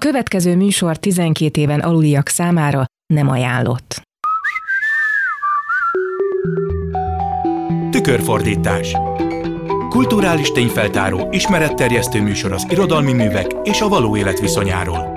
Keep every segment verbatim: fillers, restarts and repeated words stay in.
következő műsor tizenkét éven aluliak számára nem ajánlott. Tükörfordítás. Kulturális tényfeltáró, ismeretterjesztő műsor az irodalmi művek és a való élet viszonyáról.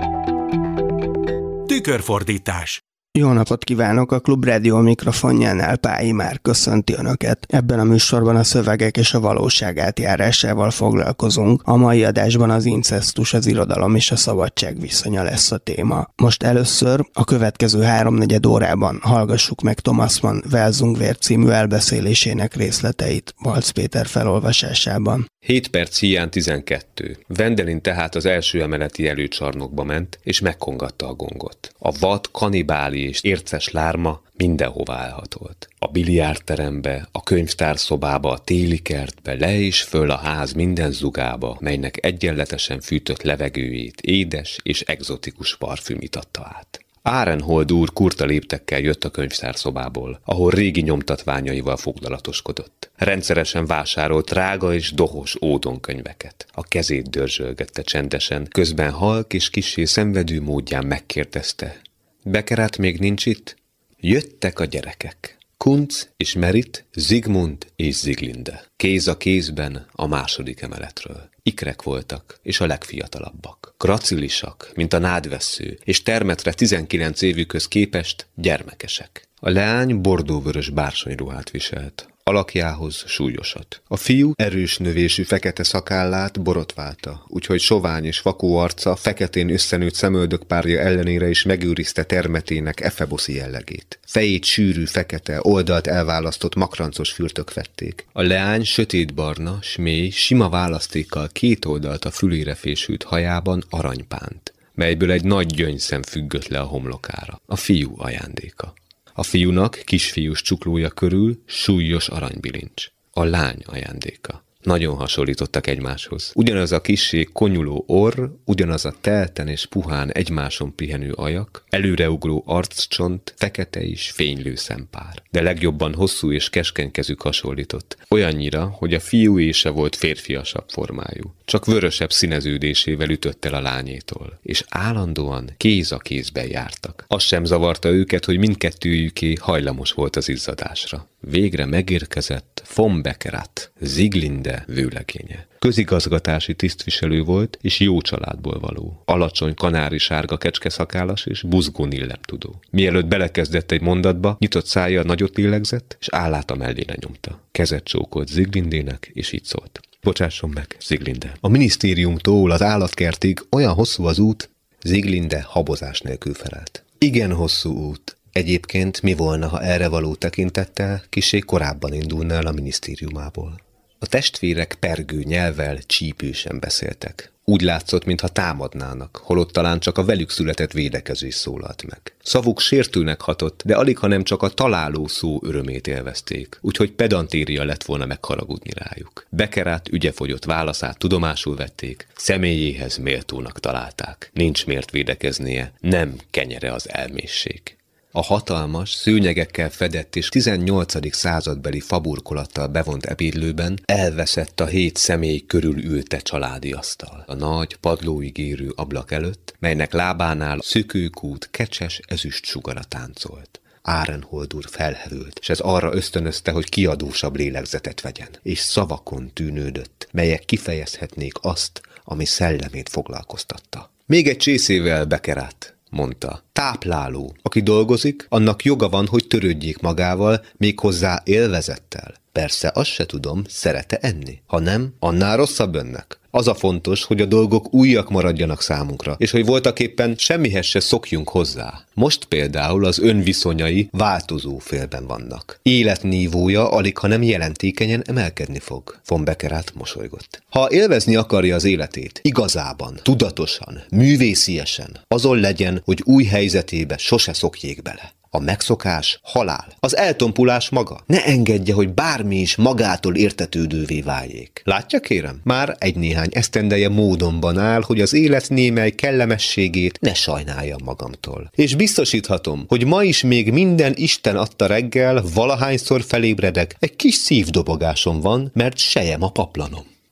Tükörfordítás. Jó napot kívánok! A Klubrádió mikrofonjánál Pályi már köszönti Önöket. Ebben a műsorban a szövegek és a valóság átjárásával foglalkozunk. A mai adásban az incesztus, az irodalom és a szabadság viszonya lesz a téma. Most először a következő háromnegyed órában hallgassuk meg Thomas Mann Welsungvér című elbeszélésének részleteit Balcz Péter felolvasásában. Hét perc hiány tizenkettő. Wendelin tehát az első emeleti előcsarnokba ment, és megkongatta a gongot. A vad, kanibáli és érces lárma mindenhová elhatolt. A biliárdterembe, a könyvtárszobába, a téli kertbe, le és föl a ház minden zugába, melynek egyenletesen fűtött levegőjét édes és egzotikus parfüm itatta át. Arenhold úr kurta léptekkel jött a könyvtárszobából, ahol régi nyomtatványaival foglalatoskodott. Rendszeresen vásárolt drága és dohos ódonkönyveket. A kezét dörzsölgette csendesen, közben halk és kissé szenvedő módján megkérdezte: Beckerath még nincs itt? Jöttek a gyerekek. Kuntz és Merit, Zigmund és Sieglinde. Kéz a kézben a második emeletről. Ikrek voltak, és a legfiatalabbak. Gracilisak, mint a nádvessző, és termetre tizenkilenc évükhöz képest gyermekesek. A leány bordóvörös bársonyruhát viselt. Alakjához súlyosat. A fiú erős növésű fekete szakállát borotválta, úgyhogy sovány és vakó arca feketén összenőtt szemöldökpárja ellenére is megőrizte termetének efeboszi jellegét. Fejét sűrű, fekete, oldalt elválasztott makrancos fürtök fették. A leány sötétbarna, s mély, sima választékkal két oldalt a fülére fésült hajában aranypánt, melyből egy nagy gyöngyszem függött le a homlokára. A fiú ajándéka. A fiúnak kisfiús csuklója körül súlyos aranybilincs. A lány ajándéka. Nagyon hasonlítottak egymáshoz. Ugyanaz a kissé konyuló orr, ugyanaz a telten és puhán egymáson pihenő ajak, előreugró arccsont, fekete és fénylő szempár. De legjobban hosszú és keskeny kezük hasonlított. Olyannyira, hogy a fiú ése volt férfiasabb formájú. Csak vörösebb színeződésével ütött el a lányétól, és állandóan kéz a kézben jártak. Az sem zavarta őket, hogy mindkettőjüké hajlamos volt az izzadásra. Végre megérkezett von Beckerath, Sieglinde vőlegénye. Közigazgatási tisztviselő volt, és jó családból való. Alacsony kanári sárga kecskeszakállas és buzgó illemtudó. Mielőtt belekezdett egy mondatba, nyitott szájjal nagyot lélegzett, és állát a mellére nyomta. Kezet csókolt Sieglindének, és így szólt: Bocsásson meg, Sieglinde. A minisztériumtól az állatkertig olyan hosszú az út. Sieglinde habozás nélkül felelt. Igen hosszú út. Egyébként mi volna, ha erre való tekintettel kissé korábban indulna el a minisztériumából? A testvérek pergő nyelvvel csípősen beszéltek. Úgy látszott, mintha támadnának, holott talán csak a velük született védekezés szólalt meg. Szavuk sértőnek hatott, de alighanem csak a találó szó örömét élvezték, úgyhogy pedantéria lett volna megharagudni rájuk. Beckerath ügyefogyott válaszát tudomásul vették, személyéhez méltónak találták. Nincs miért védekeznie, nem kenyere az elmészség. A hatalmas, szőnyegekkel fedett és tizennyolcadik századbeli faburkolattal bevont ebédlőben elveszett a hét személy körül ülte családi asztal. A nagy, padlóigérő ablak előtt, melynek lábánál szökőkút kecses ezüst sugara táncolt. Arenhold úr felhevült, és ez arra ösztönözte, hogy kiadósabb lélegzetet vegyen, és szavakon tűnődött, melyek kifejezhetnék azt, ami szellemét foglalkoztatta. Még egy csészével, Beckerath, mondta. Tápláló. Aki dolgozik, annak joga van, hogy törődjék magával, méghozzá élvezettel. Persze azt se tudom, szeret-e enni. Ha nem, annál rosszabb önnek. Az a fontos, hogy a dolgok újak maradjanak számunkra, és hogy voltaképpen semmihez se szokjunk hozzá. Most például az ön viszonyai változó félben vannak. Életnívója alig, ha nem jelentékenyen emelkedni fog. Von Beckerath mosolygott. Ha élvezni akarja az életét, igazában, tudatosan, művésziesen, azon legyen, hogy új helyzetébe sose szokjék bele. A megszokás halál. Az eltompulás maga. Ne engedje, hogy bármi is magától értetődővé váljék. Látja, kérem? Már egy-néhány esztendeje módonban áll, hogy az élet némely kellemességét ne sajnáljam magamtól. És biztosíthatom, hogy ma is még minden Isten adta reggel, valahányszor felébredek, egy kis szívdobogásom van, mert sejem a paplanom.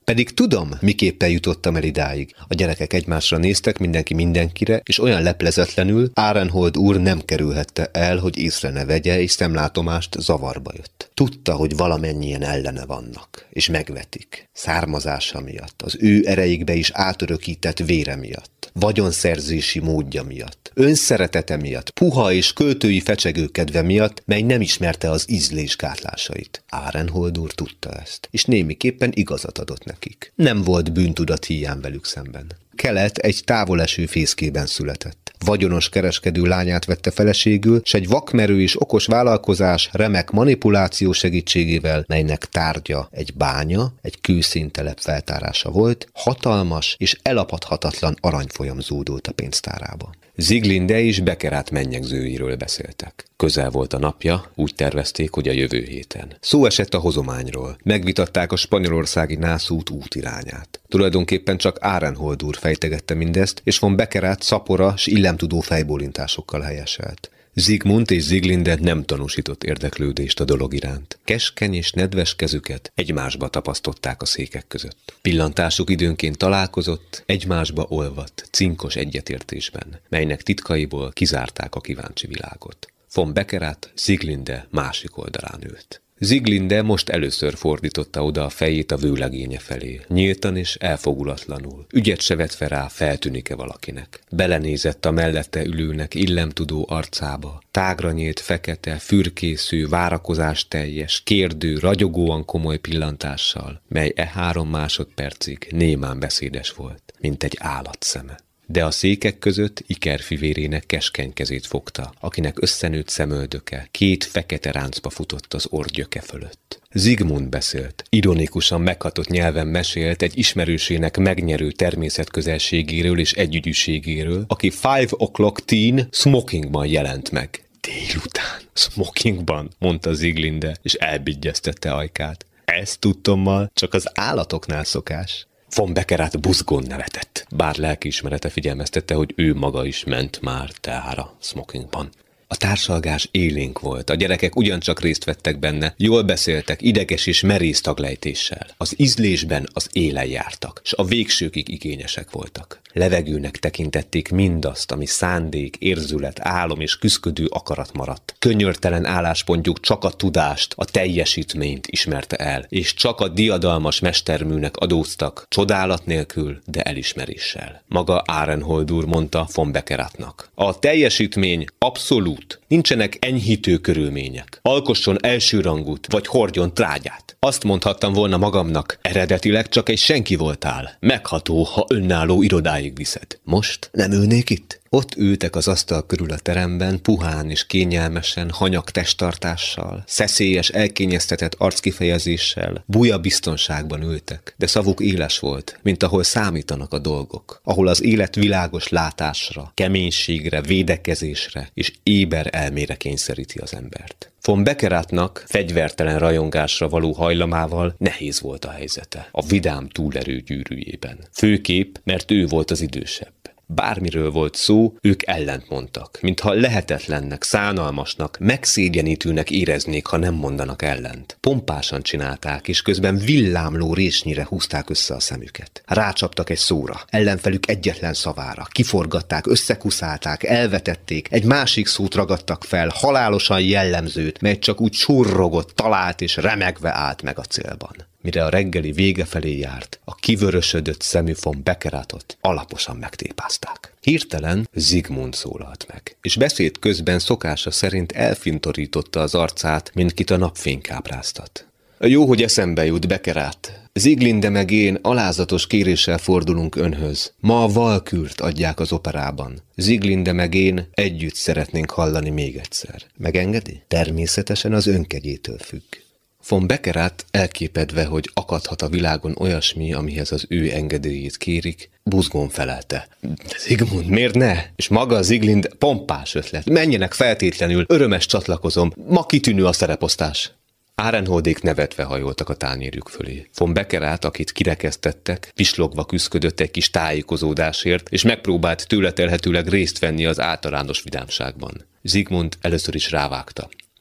Pedig tudom, miképpen jutottam el idáig. A gyerekek egymásra néztek, mindenki mindenkire, és olyan leplezetlenül Arenhold úr nem kerülhette el, hogy észre ne vegye, és szemlátomást zavarba jött. Tudta, hogy valamennyien ellene vannak, és megvetik. Származása miatt, az ő ereikbe is átörökített vére miatt, vagyonszerzési módja miatt, önszeretete miatt, puha és költői fecsegőkedve miatt, mely nem ismerte az ízlés gátlásait. Arenhold úr tudta ezt, és némiképpen igazat adott nekik. Nem volt bűntudat híján velük szemben. Kelet egy távoleső fészkében született. Vagyonos kereskedő lányát vette feleségül, s egy vakmerő és okos vállalkozás remek manipuláció segítségével, melynek tárgya egy bánya, egy kőszéntelep feltárása volt, hatalmas és elapadhatatlan aranyfolyam zúdult a pénztárába. Sieglinde és Beckerath mennyegzőiről beszéltek. Közel volt a napja, úgy tervezték, hogy a jövő héten. Szó esett a hozományról, megvitatták a spanyolországi nászút útirányát. Tulajdonképpen csak Arenhold úr fejtegette mindezt, és von Beckerath szapora s illemtudó fejbólintásokkal helyeselt. Zsigmund és Sieglinde nem tanúsított érdeklődést a dolog iránt. Keskeny és nedves kezüket egymásba tapasztották a székek között. Pillantásuk időnként találkozott, egymásba olvadt, cinkos egyetértésben, melynek titkaiból kizárták a kíváncsi világot. Von Beckerath Sieglinde másik oldalán ült. Sieglinde most először fordította oda a fejét a vőlegénye felé, nyíltan és elfogulatlanul. Ügyet se vetve rá, feltűnik-e valakinek. Belenézett a mellette ülőnek illemtudó arcába, tágra nyílt fekete, fürkésző, várakozás teljes, kérdő, ragyogóan komoly pillantással, mely e három másodpercig némán beszédes volt, mint egy állat szeme. De a székek között ikerfivérének keskeny kezét fogta, akinek összenőtt szemöldöke két fekete ráncba futott az orrgyöke fölött. Zsigmund beszélt, ironikusan meghatott nyelven mesélt egy ismerősének megnyerő természetközelségéről és együgyűségéről, aki Five O'Clock Teen smokingban jelent meg. Délután, smokingban, mondta Sieglinde, és elbigyeztette ajkát. Ez tudtommal csak az állatoknál szokás. Von Beckerath buzgón nevetett, bár lelkiismerete figyelmeztette, hogy ő maga is ment már teára smokingban. A társalgás élénk volt, a gyerekek ugyancsak részt vettek benne, jól beszéltek, ideges és merész taglejtéssel. Az ízlésben az élen jártak, s a végsőkig igényesek voltak. Levegőnek tekintették mindazt, ami szándék, érzület, álom és küszködő akarat maradt. Könyörtelen álláspontjuk csak a tudást, a teljesítményt ismerte el, és csak a diadalmas mesterműnek adóztak, csodálat nélkül, de elismeréssel. Maga Arenhold úr mondta von Beckerathnak. A teljesítmény abszolút. Nincsenek enyhítő körülmények. Alkosson elsőrangút, vagy hordjon trágyát. Azt mondhattam volna magamnak, eredetileg csak egy senki voltál. Megható, ha önálló irodáig viszed. Most nem ülnék itt? Ott ültek az asztal körül a teremben, puhán és kényelmesen, hanyag testtartással, szeszélyes, elkényeztetett arckifejezéssel, buja biztonságban ültek, de szavuk éles volt, mint ahol számítanak a dolgok, ahol az élet világos látásra, keménységre, védekezésre és éber elmére kényszeríti az embert. Von Beckerathnak fegyvertelen rajongásra való hajlamával nehéz volt a helyzete, a vidám túlerő gyűrűjében. Főképp, mert ő volt az idősebb. Bármiről volt szó, ők ellent mondtak, mintha lehetetlennek, szánalmasnak, megszégyenítőnek éreznék, ha nem mondanak ellent. Pompásan csinálták, és közben villámló résnyire húzták össze a szemüket. Rácsaptak egy szóra, ellenfelük egyetlen szavára, kiforgatták, összekuszálták, elvetették, egy másik szót ragadtak fel, halálosan jellemzőt, mely csak úgy surrogott, talált és remegve állt meg a célban. Mire a reggeli vége felé járt, a kivörösödött szemű von Beckerathot alaposan megtépázták. Hirtelen Zsigmund szólalt meg, és beszéd közben szokása szerint elfintorította az arcát, mint kit a napfény kápráztat. Jó, hogy eszembe jut, Beckerath. Sieglinde meg én alázatos kéréssel fordulunk önhöz. Ma a Valkürt adják az operában. Sieglinde meg én együtt szeretnénk hallani még egyszer. Megengedi? Természetesen az önkegyétől függ. Von Beckerath elképedve, hogy akadhat a világon olyasmi, amihez az ő engedélyét kérik, buzgón felelte. Zsigmund, miért ne? És maga Sieglinde pompás ötlet. Menjenek feltétlenül, örömes csatlakozom. Ma kitűnő a szereposztás. Arenholdék nevetve hajoltak a tányérjuk fölé. Von Beckerath, akit kirekesztettek, pislogva küszködött egy kis tájékozódásért, és megpróbált tőle telhetőleg részt venni az általános vidámságban. Zsigmund először is rávágta.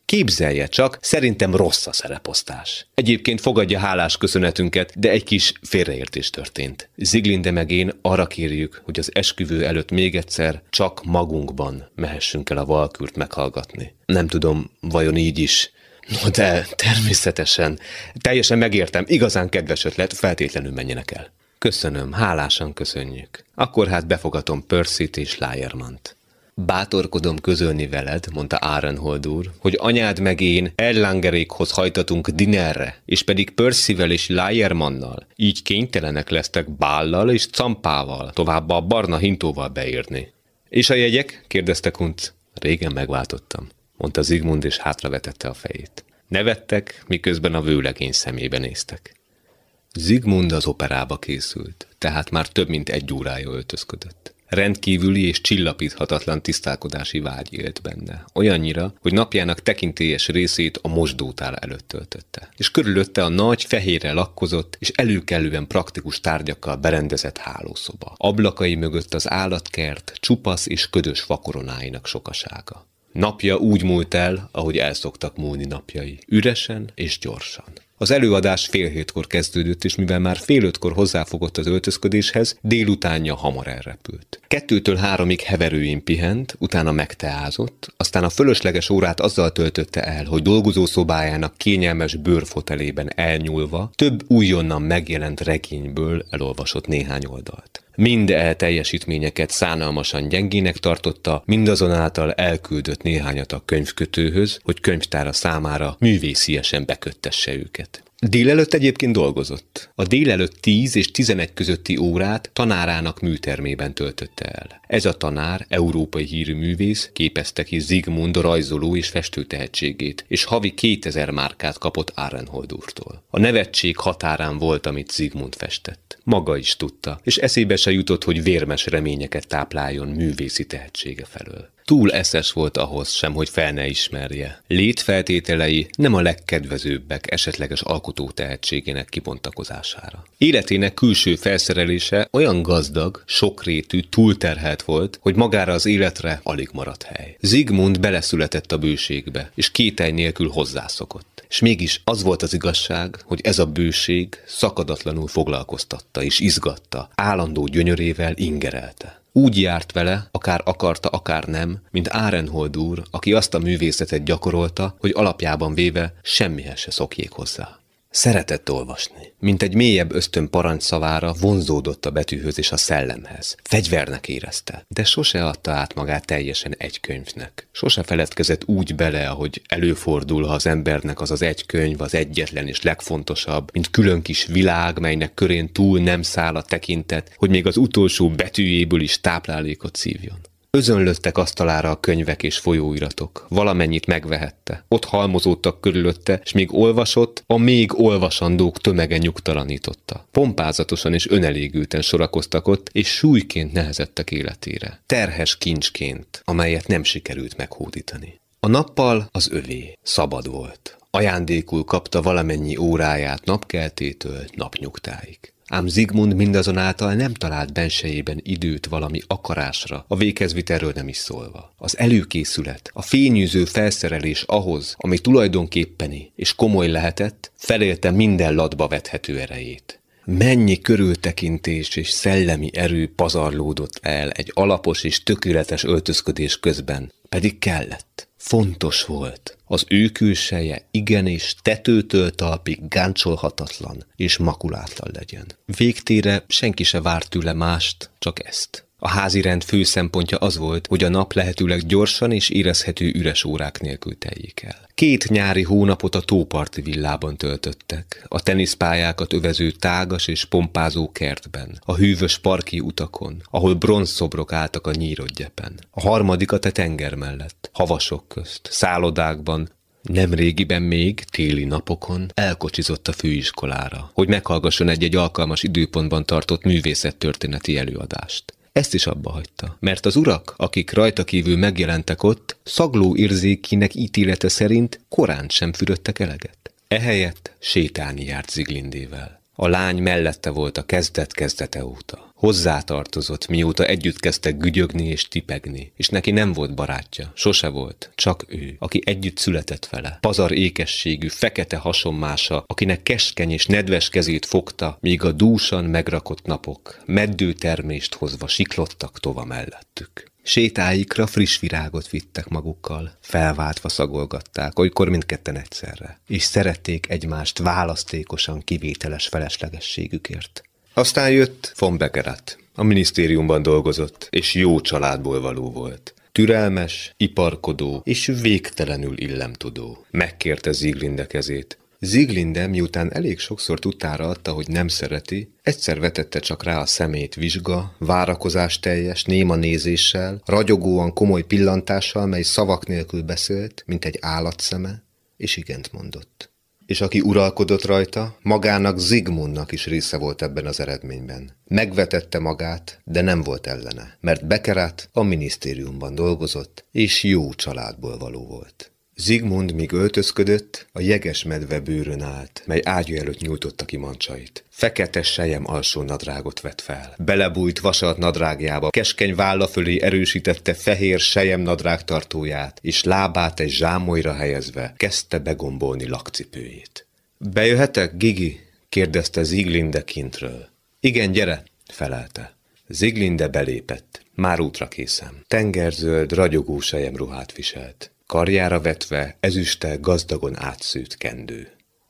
Képzelje csak, szerintem rossz a szereposztás. Egyébként fogadja hálás köszönetünket, de egy kis félreértés történt. Sieglinde meg én arra kérjük, hogy az esküvő előtt még egyszer csak magunkban mehessünk el a Valkürt meghallgatni. Nem tudom, vajon így is. No, de természetesen. Teljesen megértem, igazán kedves ötlet, feltétlenül menjenek el. Köszönöm, hálásan köszönjük. Akkor hát befogatom Percyt és Lajermant. Bátorkodom közölni veled, mondta Arenhold úr, hogy anyád meg én Erlangerékhoz hajtatunk dinerre, és pedig Percyvel és Lajermannal, így kénytelenek lesztek bállal és campával, továbbá a barna hintóval beérni. És a jegyek? kérdezte Kuntz. Régen megváltottam, mondta Zsigmund, és hátravetette a fejét. Nevettek, miközben a vőlegény szemébe néztek. Zsigmund az operába készült, tehát már több mint egy órája öltözködött. Rendkívüli és csillapíthatatlan tisztálkodási vágy élt benne, olyannyira, hogy napjának tekintélyes részét a mosdótál előtt töltötte. És körülötte a nagy, fehérre lakkozott és előkelően praktikus tárgyakkal berendezett hálószoba. Ablakai mögött az állatkert, csupasz és ködös fakoronáinak sokasága. Napja úgy múlt el, ahogy elszoktak múlni napjai, üresen és gyorsan. Az előadás fél hétkor kezdődött, és mivel már fél ötkor hozzáfogott az öltözködéshez, délutánja hamar elrepült. Kettőtől háromig heverőin pihent, utána megteázott, aztán a fölösleges órát azzal töltötte el, hogy dolgozószobájának kényelmes bőrfotelében elnyúlva több újonnan megjelent regényből elolvasott néhány oldalt. Mind elteljesítményeket szánalmasan gyengének tartotta, mindazonáltal elküldött néhányat a könyvkötőhöz, hogy könyvtára számára művésziesen beköttesse őket. Délelőtt egyébként dolgozott. A délelőtt tíz és tizenegy közötti órát tanárának műtermében töltötte el. Ez a tanár, európai hírű művész, képezte ki Zsigmund rajzoló és festő tehetségét, és havi kétezer márkát kapott Arenhold úrtól. A nevetség határán volt, amit Zsigmund festett. Maga is tudta, és eszébe se jutott, hogy vérmes reményeket tápláljon művészi tehetsége felől. Túl eszes volt ahhoz sem, hogy fel ne ismerje. Létfeltételei nem a legkedvezőbbek esetleges alkotó tehetségének kibontakozására. Életének külső felszerelése olyan gazdag, sokrétű, túlterhelt volt, hogy magára az életre alig maradt hely. Zsigmund beleszületett a bőségbe, és kételj nélkül hozzászokott. És mégis az volt az igazság, hogy ez a bőség szakadatlanul foglalkoztatta és izgatta, állandó gyönyörével ingerelte. Úgy járt vele, akár akarta, akár nem, mint Arenhold úr, aki azt a művészetet gyakorolta, hogy alapjában véve semmihez se szokjék hozzá. Szeretett olvasni. Mint egy mélyebb ösztön parancsszavára vonzódott a betűhöz és a szellemhez. Fegyvernek érezte, de sose adta át magát teljesen egy könyvnek. Sose feledkezett úgy bele, ahogy előfordul, ha az embernek az az egy könyv az egyetlen és legfontosabb, mint külön kis világ, melynek körén túl nem száll a tekintet, hogy még az utolsó betűjéből is táplálékot szívjon. Özönlöttek asztalára a könyvek és folyóiratok, valamennyit megvehette. Ott halmozódtak körülötte, és még olvasott, a még olvasandók tömege nyugtalanította. Pompázatosan és önelégülten sorakoztak ott, és súlyként nehezettek életére. Terhes kincsként, amelyet nem sikerült meghódítani. A nappal az övé, szabad volt. Ajándékul kapta valamennyi óráját napkeltétől napnyugtáig. Ám Zsigmund mindazonáltal nem talált bensejében időt valami akarásra, a véghezvitelről nem is szólva. Az előkészület, a fényűző felszerelés ahhoz, ami tulajdonképpeni és komoly lehetett, felélte minden latba vethető erejét. Mennyi körültekintés és szellemi erő pazarlódott el egy alapos és tökéletes öltözködés közben, pedig kellett. Fontos volt. Az ő külseje igenis tetőtől talpig gáncsolhatatlan és makulátlan legyen. Végtére senki se várt tőle mást, csak ezt. A házirend fő szempontja az volt, hogy a nap lehetőleg gyorsan és érezhető üres órák nélkül teljék el. Két nyári hónapot a tóparti villában töltöttek, a teniszpályákat övező tágas és pompázó kertben, a hűvös parki utakon, ahol bronzszobrok álltak a nyírott gyepen. A harmadikat a tenger mellett, havasok közt, szállodákban, nemrégiben még, téli napokon elkocsizott a főiskolára, hogy meghallgasson egy-egy alkalmas időpontban tartott művészettörténeti előadást. Ezt is abba hagyta, mert az urak, akik rajta kívül megjelentek ott, szagló érzékének ítélete szerint korán sem fürödtek eleget. Ehelyett sétálni járt Siglindével. A lány mellette volt a kezdet-kezdete óta. Hozzátartozott, mióta együtt kezdtek gügyögni és tipegni, és neki nem volt barátja, sose volt, csak ő, aki együtt született vele. Pazar ékességű, fekete hasonmása, akinek keskeny és nedves kezét fogta, míg a dúsan megrakott napok meddőtermést hozva siklottak tova mellettük. Sétáikra friss virágot vittek magukkal, felváltva szagolgatták, olykor mindketten egyszerre, és szerették egymást választékosan kivételes feleslegességükért. Aztán jött von Beckerath. A minisztériumban dolgozott, és jó családból való volt. Türelmes, iparkodó és végtelenül illemtudó. Megkérte Sieglinde kezét. Sieglinde, miután elég sokszor tudtára adta, hogy nem szereti, egyszer vetette csak rá a szemét vizsga, várakozás teljes, néma nézéssel, ragyogóan komoly pillantással, mely szavak nélkül beszélt, mint egy állatszeme, és igent mondott. És aki uralkodott rajta, magának Zsigmundnak is része volt ebben az eredményben. Megvetette magát, de nem volt ellene, mert Beckerath a minisztériumban dolgozott, és jó családból való volt. Zsigmund, míg öltözködött, a jegesmedve bőrön állt, mely ágyú előtt nyújtotta ki mancsait. Fekete sejem alsó nadrágot vett fel. Belebújt vasalt nadrágjába, keskeny válla fölé erősítette fehér sejem nadrágtartóját, és lábát egy zsámolyra helyezve kezdte begombolni lakcipőjét. Bejöhetek, Gigi? Kérdezte Sieglinde kintről. Igen, gyere, felelte. Sieglinde belépett. Már útra készen. Tengerzöld, ragyogó selyemruhát viselt. Karjára vetve ezüsttel gazdagon átszőtt kendő.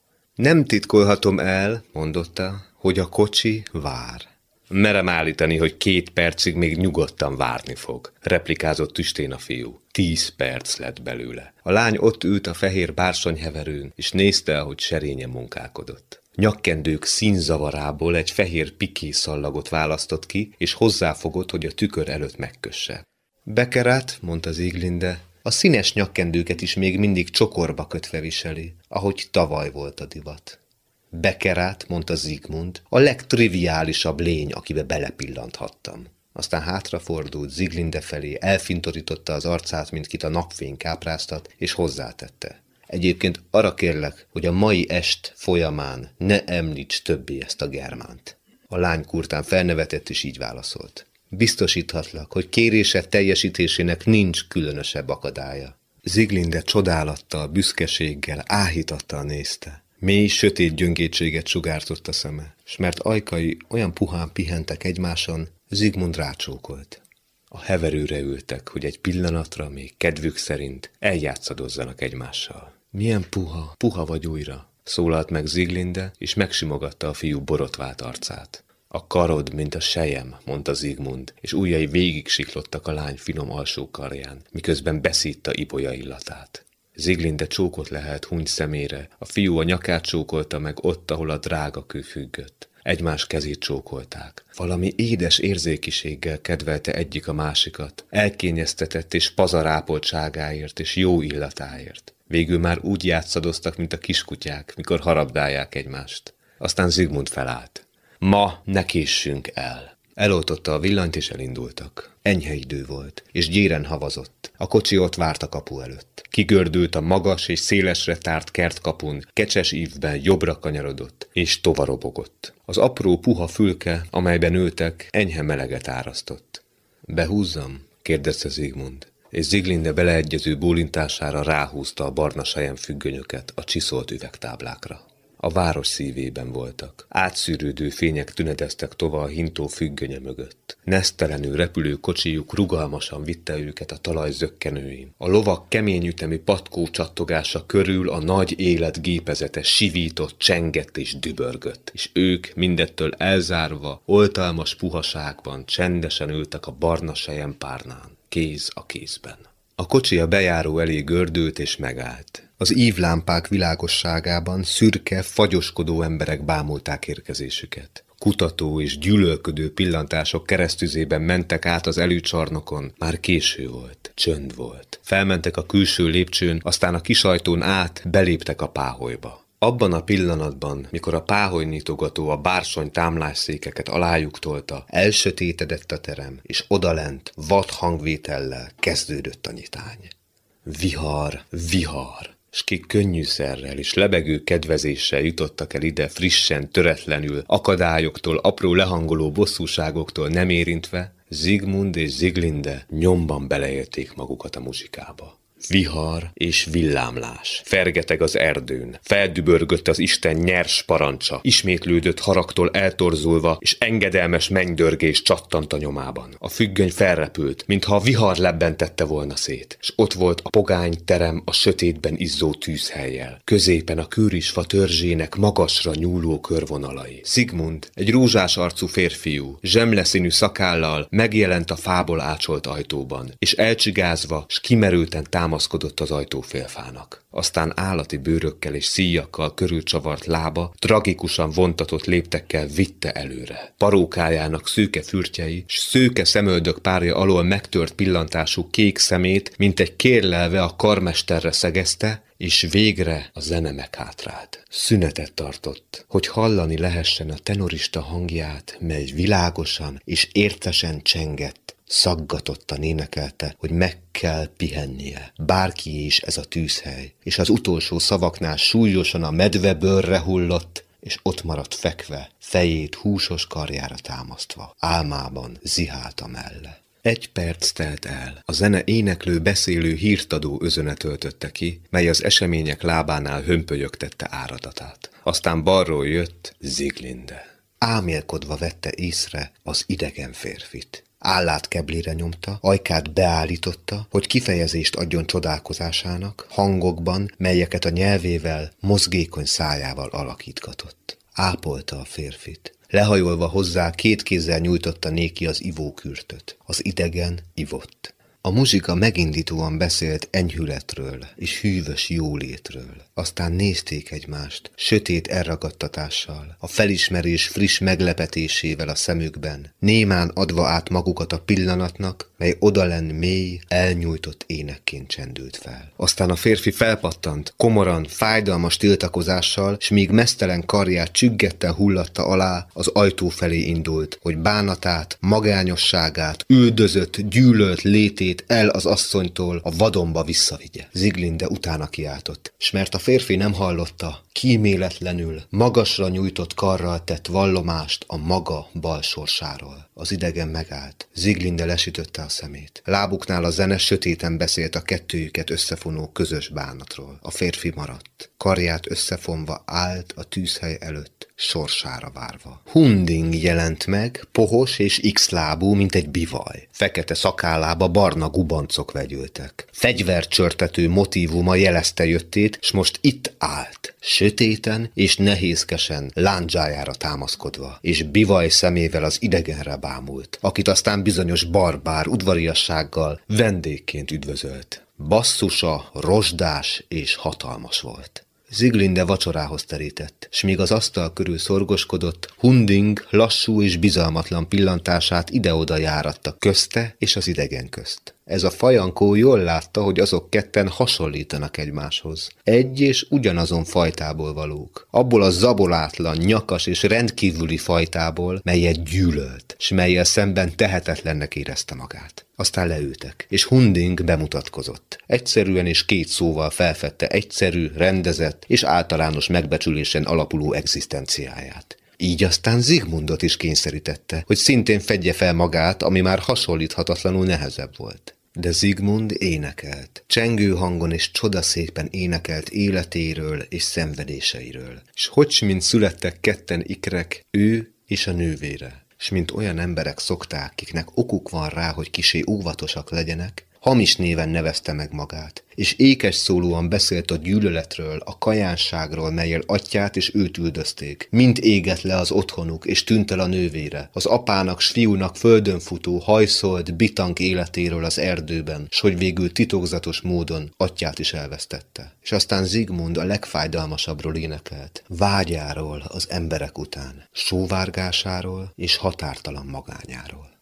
Nem titkolhatom el, mondotta, hogy a kocsi vár. Merem állítani, hogy két percig még nyugodtan várni fog, replikázott tüstén a fiú. Tíz perc lett belőle. A lány ott ült a fehér bársonyheverőn, és nézte, ahogy serényen munkálkodott. Nyakkendők színzavarából egy fehér piké szallagot választott ki, és hozzáfogott, hogy a tükör előtt megkösse. Beckerath, mondta Sieglinde, a színes nyakkendőket is még mindig csokorba kötve viseli, ahogy tavaly volt a divat. Beckerath, mondta Zsigmund, a legtriviálisabb lény, akibe belepillanthattam. Aztán hátrafordult Sieglinde felé, elfintorította az arcát, mint kit a napfény kápráztat, és hozzátette. Egyébként arra kérlek, hogy a mai est folyamán ne említs többé ezt a germánt. A lány kurtán felnevetett, és így válaszolt. Biztosíthatlak, hogy kérésed teljesítésének nincs különösebb akadálya. Sieglinde csodálattal, büszkeséggel, áhítattal nézte. Mély, sötét gyöngétséget sugárzott a szeme, s mert ajkai olyan puhán pihentek egymáson, Zsigmund rácsókolt. A heverőre ültek, hogy egy pillanatra, még kedvük szerint eljátszadozzanak egymással. Milyen puha, puha vagy újra, szólalt meg Sieglinde, és megsimogatta a fiú borotvált arcát. A karod, mint a sejem, mondta Zsigmund, és ujjai végig siklottak a lány finom alsó karján, miközben beszítta ibolya illatát. Sieglinde csókot lehelt huny szemére, a fiú a nyakát csókolta meg ott, ahol a drága kő függött. Egymás kezét csókolták. Valami édes érzékiséggel kedvelte egyik a másikat, elkényeztetett és pazarápoltságáért és jó illatáért. Végül már úgy játszadoztak, mint a kiskutyák, mikor harabdálják egymást. Aztán Zsigmund felállt. Ma ne késsünk el. Eloltotta a villanyt, és elindultak. Enyhe idő volt, és gyéren havazott. A kocsi ott várt a kapu előtt. Kigördült a magas és szélesre tárt kertkapun, kecses ívben jobbra kanyarodott, és tovarobogott. Az apró puha fülke, amelyben ültek, enyhe meleget árasztott. Behúzzam? kérdezte Zsigmund, és Sieglinde beleegyező bólintására ráhúzta a barna sejem függönyöket a csiszolt üvegtáblákra. A város szívében voltak. Átszűrődő fények tüneteztek tova a hintó függönye mögött. Nesztelenül repülő kocsijuk rugalmasan vitte őket a talaj zökkenőin. A lovak kemény ütemi patkó csattogása körül a nagy élet gépezete sivított, csengett és dübörgött, és ők mindettől elzárva, oltalmas puhaságban csendesen ültek a barna selyempárnán, kéz a kézben. A kocsi a bejáró elé gördült és megállt. Az ívlámpák világosságában szürke, fagyoskodó emberek bámulták érkezésüket. Kutató és gyűlölködő pillantások keresztüzében mentek át az előcsarnokon, már késő volt, csönd volt. Felmentek a külső lépcsőn, aztán a kisajtón át beléptek a páholyba. Abban a pillanatban, mikor a páholynyitogató a bársony támlásszékeket alájuk tolta, elsötétedett a terem, és odalent vad hangvétellel kezdődött a nyitány. Vihar, vihar, s kik könnyűszerrel és lebegő kedvezéssel jutottak el ide frissen, töretlenül, akadályoktól, apró lehangoló bosszúságoktól nem érintve, Zsigmond és Sieglinde nyomban beleélték magukat a muzsikába. Vihar és villámlás. Fergeteg az erdőn. Feldübörgött az Isten nyers parancsa. Ismétlődött haragtól eltorzulva, és engedelmes mennydörgés csattant a nyomában. A függöny felrepült, mintha a vihar lebbentette volna szét. S ott volt a pogány terem a sötétben izzó tűzhellyel. Középen a kőrisfa törzsének magasra nyúló körvonalai. Zsigmond, egy rózsás arcú férfiú, zsemleszínű szakállal megjelent a fából ácsolt ajtóban, és elcsigázva, s kimerülten támaszkodott az ajtófélfának. Aztán állati bőrökkel és szíjakkal körülcsavart lába tragikusan vontatott léptekkel vitte előre. Parókájának szőke fürtjei s szőke szemöldök párja alól megtört pillantású kék szemét, mint egy kérlelve a karmesterre szegezte, és végre a zene meghátrált. Szünetet tartott, hogy hallani lehessen a tenorista hangját, mely világosan és értesen csengett. Szaggatottan énekelte, hogy meg kell pihennie. Bárki is ez a tűzhely, és az utolsó szavaknál súlyosan a medve bőrre hullott, és ott maradt fekve, fejét húsos karjára támasztva. Álmában zihálta melle. Egy perc telt el. A zene éneklő, beszélő, hírtadó özöne töltötte ki, mely az események lábánál hömpölyögtette áradatát. Aztán balról jött Sieglinde. Ámélkodva vette észre az idegen férfit. Állát keblére nyomta, ajkát beállította, hogy kifejezést adjon csodálkozásának, hangokban, melyeket a nyelvével, mozgékony szájával alakítgatott. Ápolta a férfit. Lehajolva hozzá két kézzel nyújtotta néki az ivókürtöt. Az idegen ivott. A muzsika megindítóan beszélt enyhületről és hűvös jólétről. Aztán nézték egymást, sötét elragadtatással, a felismerés friss meglepetésével a szemükben, némán adva át magukat a pillanatnak, mely odalenn mély, elnyújtott énekként csendült fel. Aztán a férfi felpattant, komoran, fájdalmas tiltakozással, s míg meztelen karját csüggettel hullatta alá, az ajtó felé indult, hogy bánatát, magányosságát, üldözött, gyűlölt létét el az asszonytól a vadonba visszavigye. Sieglinde utána kiáltott, s mert a férfi nem hallotta, kíméletlenül, magasra nyújtott karral tett vallomást a maga bal sorsáról. Az idegen megállt. Sieglinde lesütötte a szemét. Lábuknál a zene sötéten beszélt a kettőjüket összefonó közös bánatról. A férfi maradt. Karját összefonva állt a tűzhely előtt, sorsára várva. Hunding jelent meg, pohos és x-lábú, mint egy bivaj. Fekete szakállába barna gubancok vegyültek. Fegyvercsörtető motívuma jelezte jöttét, s most itt állt. Sötéten és nehézkesen, lándzsájára támaszkodva, és bivaj szemével az idegenre bámult, akit aztán bizonyos barbár udvariassággal vendégként üdvözölt. Basszusa rozsdás és hatalmas volt. Sieglinde vacsorához terített, s míg az asztal körül szorgoskodott, Hunding lassú és bizalmatlan pillantását ide-oda járatta közte és az idegen közt. Ez a fajankó jól látta, hogy azok ketten hasonlítanak egymáshoz. Egy és ugyanazon fajtából valók. Abból a zabolátlan, nyakas és rendkívüli fajtából, melyet gyűlölt, s mellyel szemben tehetetlennek érezte magát. Aztán leültek, és Hunding bemutatkozott. Egyszerűen és két szóval felfedte egyszerű, rendezett és általános megbecsülésen alapuló egzisztenciáját. Így aztán Zsigmondot is kényszerítette, hogy szintén fedje fel magát, ami már hasonlíthatatlanul nehezebb volt. De Zsigmond énekelt. Csengő hangon és csodaszépen énekelt életéről és szenvedéseiről. S hogy mint születtek ketten ikrek, ő és a nővére. S mint olyan emberek szokták, kiknek okuk van rá, hogy kisé óvatosak legyenek, hamis néven nevezte meg magát, és ékes szólóan beszélt a gyűlöletről, a kajánságról, mellyel atyját és őt üldözték. Mind égett le az otthonuk, és tűnt el a nővére. Az apának s fiúnak földön futó, hajszolt, bitang életéről az erdőben, s hogy végül titokzatos módon atyját is elvesztette. És aztán Zsigmond a legfájdalmasabbról énekelt, vágyáról az emberek után, sóvárgásáról és határtalan magányáról.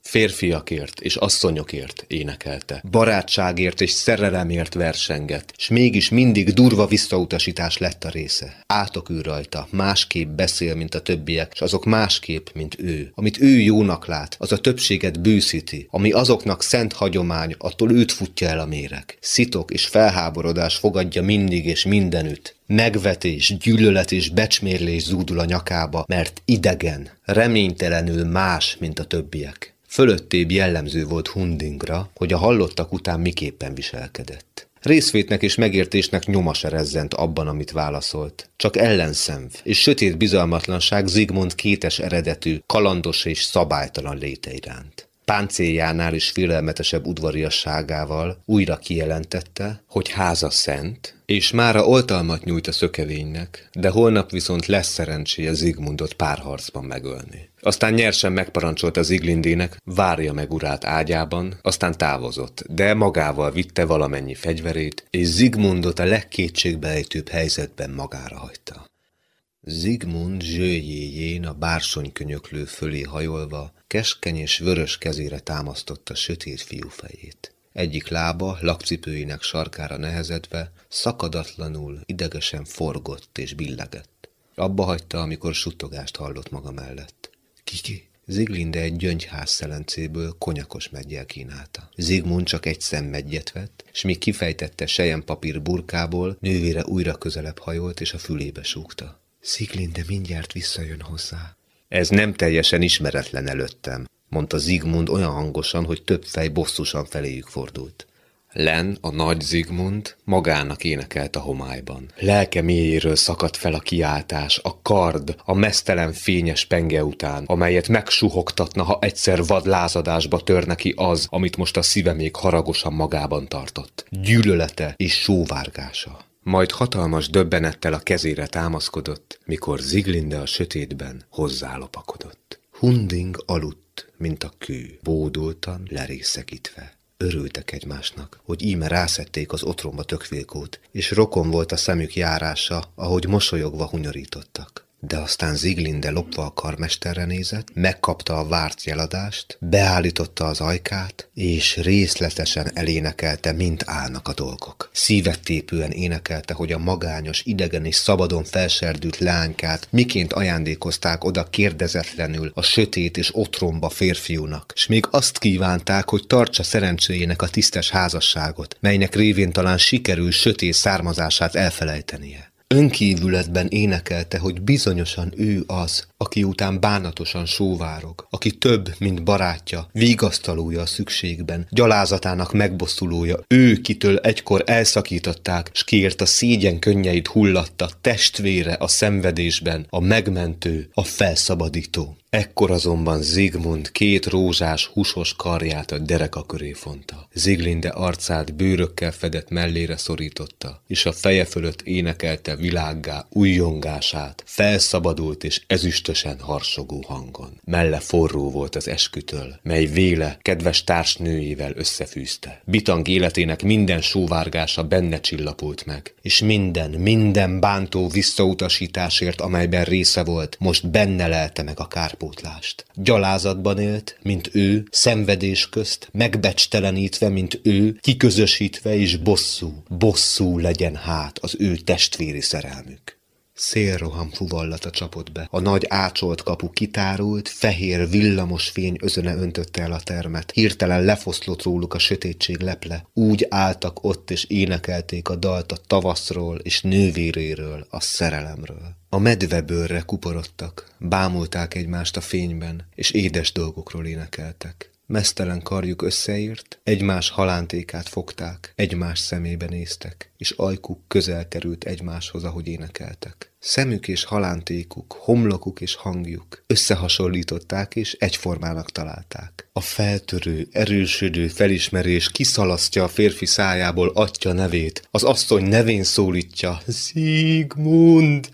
Férfiakért és asszonyokért énekelte, barátságért és szerelemért versengett, s mégis mindig durva visszautasítás lett a része. Átok ő rajta, másképp beszél, mint a többiek, s azok másképp, mint ő. Amit ő jónak lát, az a többséget bűszíti, ami azoknak szent hagyomány, attól őt futja el a méreg. Szitok és felháborodás fogadja mindig és mindenütt. Megvetés, gyűlölet és becsmérlés zúdul a nyakába, mert idegen, reménytelenül más, mint a többiek. Fölöttébb jellemző volt Hundingra, hogy a hallottak után miképpen viselkedett. Részvétnek és megértésnek nyoma se rezzent abban, amit válaszolt. Csak ellenszenv és sötét bizalmatlanság Zsigmond kétes eredetű, kalandos és szabálytalan léte iránt. Páncéljánál is félelmetesebb udvariasságával újra kijelentette, hogy háza szent, és mára oltalmat nyújt a szökevénynek, de holnap viszont lesz szerencséje Zsigmondot párharcban megölni. Aztán nyersen megparancsolta Siglindének, várja meg urát ágyában, aztán távozott, de magával vitte valamennyi fegyverét, és Zsigmondot a legkétségbeejtőbb helyzetben magára hagyta. Zsigmond zsőjéjén a bársonykönyöklő fölé hajolva, keskeny és vörös kezére támasztotta sötét fiúfejét. Egyik lába lakcipőinek sarkára nehezedve, szakadatlanul, idegesen forgott és billegett. Abba hagyta, amikor suttogást hallott maga mellett. Kiki? Siglinde egy gyöngyház szelencéből konyakos meggyel kínálta. Zsigmond csak egy szemmeggyet vett, s míg kifejtette selyempapír burkából, nővére újra közelebb hajolt és a fülébe súgta. Siglinde mindjárt visszajön hozzá. Ez nem teljesen ismeretlen előttem, mondta Zsigmond olyan hangosan, hogy több fej bosszusan feléjük fordult. Len, a nagy Zsigmond magának énekelt a homályban. Lelke mélyéről szakadt fel a kiáltás, a kard, a meztelen fényes penge után, amelyet megsuhogtatna, ha egyszer vad lázadásba törne ki az, amit most a szíve még haragosan magában tartott. Gyűlölete és sóvárgása. Majd hatalmas döbbenettel a kezére támaszkodott, mikor Siglinde a sötétben hozzálopakodott. Hunding aludt, mint a kő, bódultan, lerészegítve. Örültek egymásnak, hogy íme rászették az otromba tökfélkót, és rokon volt a szemük járása, ahogy mosolyogva hunyorítottak. De aztán Siglinde lopva a karmesterre nézett, megkapta a várt jeladást, beállította az ajkát, és részletesen elénekelte, mint állnak a dolgok. Szívettépően énekelte, hogy a magányos, idegen és szabadon felserdült leánykát miként ajándékozták oda kérdezetlenül a sötét és otromba férfiúnak, s még azt kívánták, hogy tartsa szerencséjének a tisztes házasságot, melynek révén talán sikerül sötét származását elfelejtenie. Önkívületben énekelte, hogy bizonyosan ő az, aki után bánatosan sóvárog, aki több, mint barátja, vigasztalója a szükségben, gyalázatának megbosszulója, ő, kitől egykor elszakították, s kiért a szégyen könnyeit hullatta, testvére a szenvedésben, a megmentő, a felszabadító. Ekkor azonban Zsigmond két rózsás, húsos karját a dereka köré fonta. Siglinde arcát bőrökkel fedett mellére szorította, és a feje fölött énekelte világgá újjongását, felszabadult és ezüstösen harsogó hangon. Melle forró volt az eskütől, mely véle kedves társnőjével összefűzte. Bitang életének minden sóvárgása benne csillapult meg, és minden, minden bántó visszautasításért, amelyben része volt, most benne lelte meg a kárpótlást. Gyalázatban élt, mint ő, szenvedés közt, megbecstelenítve, mint ő, kiközösítve és bosszú, bosszú legyen hát az ő testvéri szerelmük. Szélroham fuvallata csapott be, a nagy ácsolt kapu kitárult, fehér villamos fény özöne öntötte el a termet, hirtelen lefoszlott róluk a sötétség leple, úgy álltak ott és énekelték a dalt a tavaszról és nővéréről, a szerelemről. A medvebőrre kuporodtak, bámulták egymást a fényben, és édes dolgokról énekeltek. Meztelen karjuk összeért, egymás halántékát fogták, egymás szemébe néztek, és ajkuk közel került egymáshoz, ahogy énekeltek. Szemük és halántékuk, homlokuk és hangjuk összehasonlították és egyformának találták. A feltörő, erősödő felismerés kiszalasztja a férfi szájából atya nevét, az asszony nevén szólítja: Zsigmond!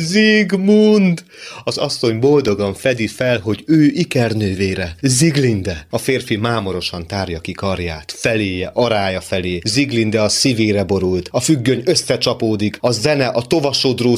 Zsigmond! Az asszony boldogan fedi fel, hogy ő ikernővére, Siglinde. A férfi mámorosan tárja ki karját, feléje, arája felé, Siglinde a szívére borult, a függöny összecsapódik, a zene, a tovasodró szenvedés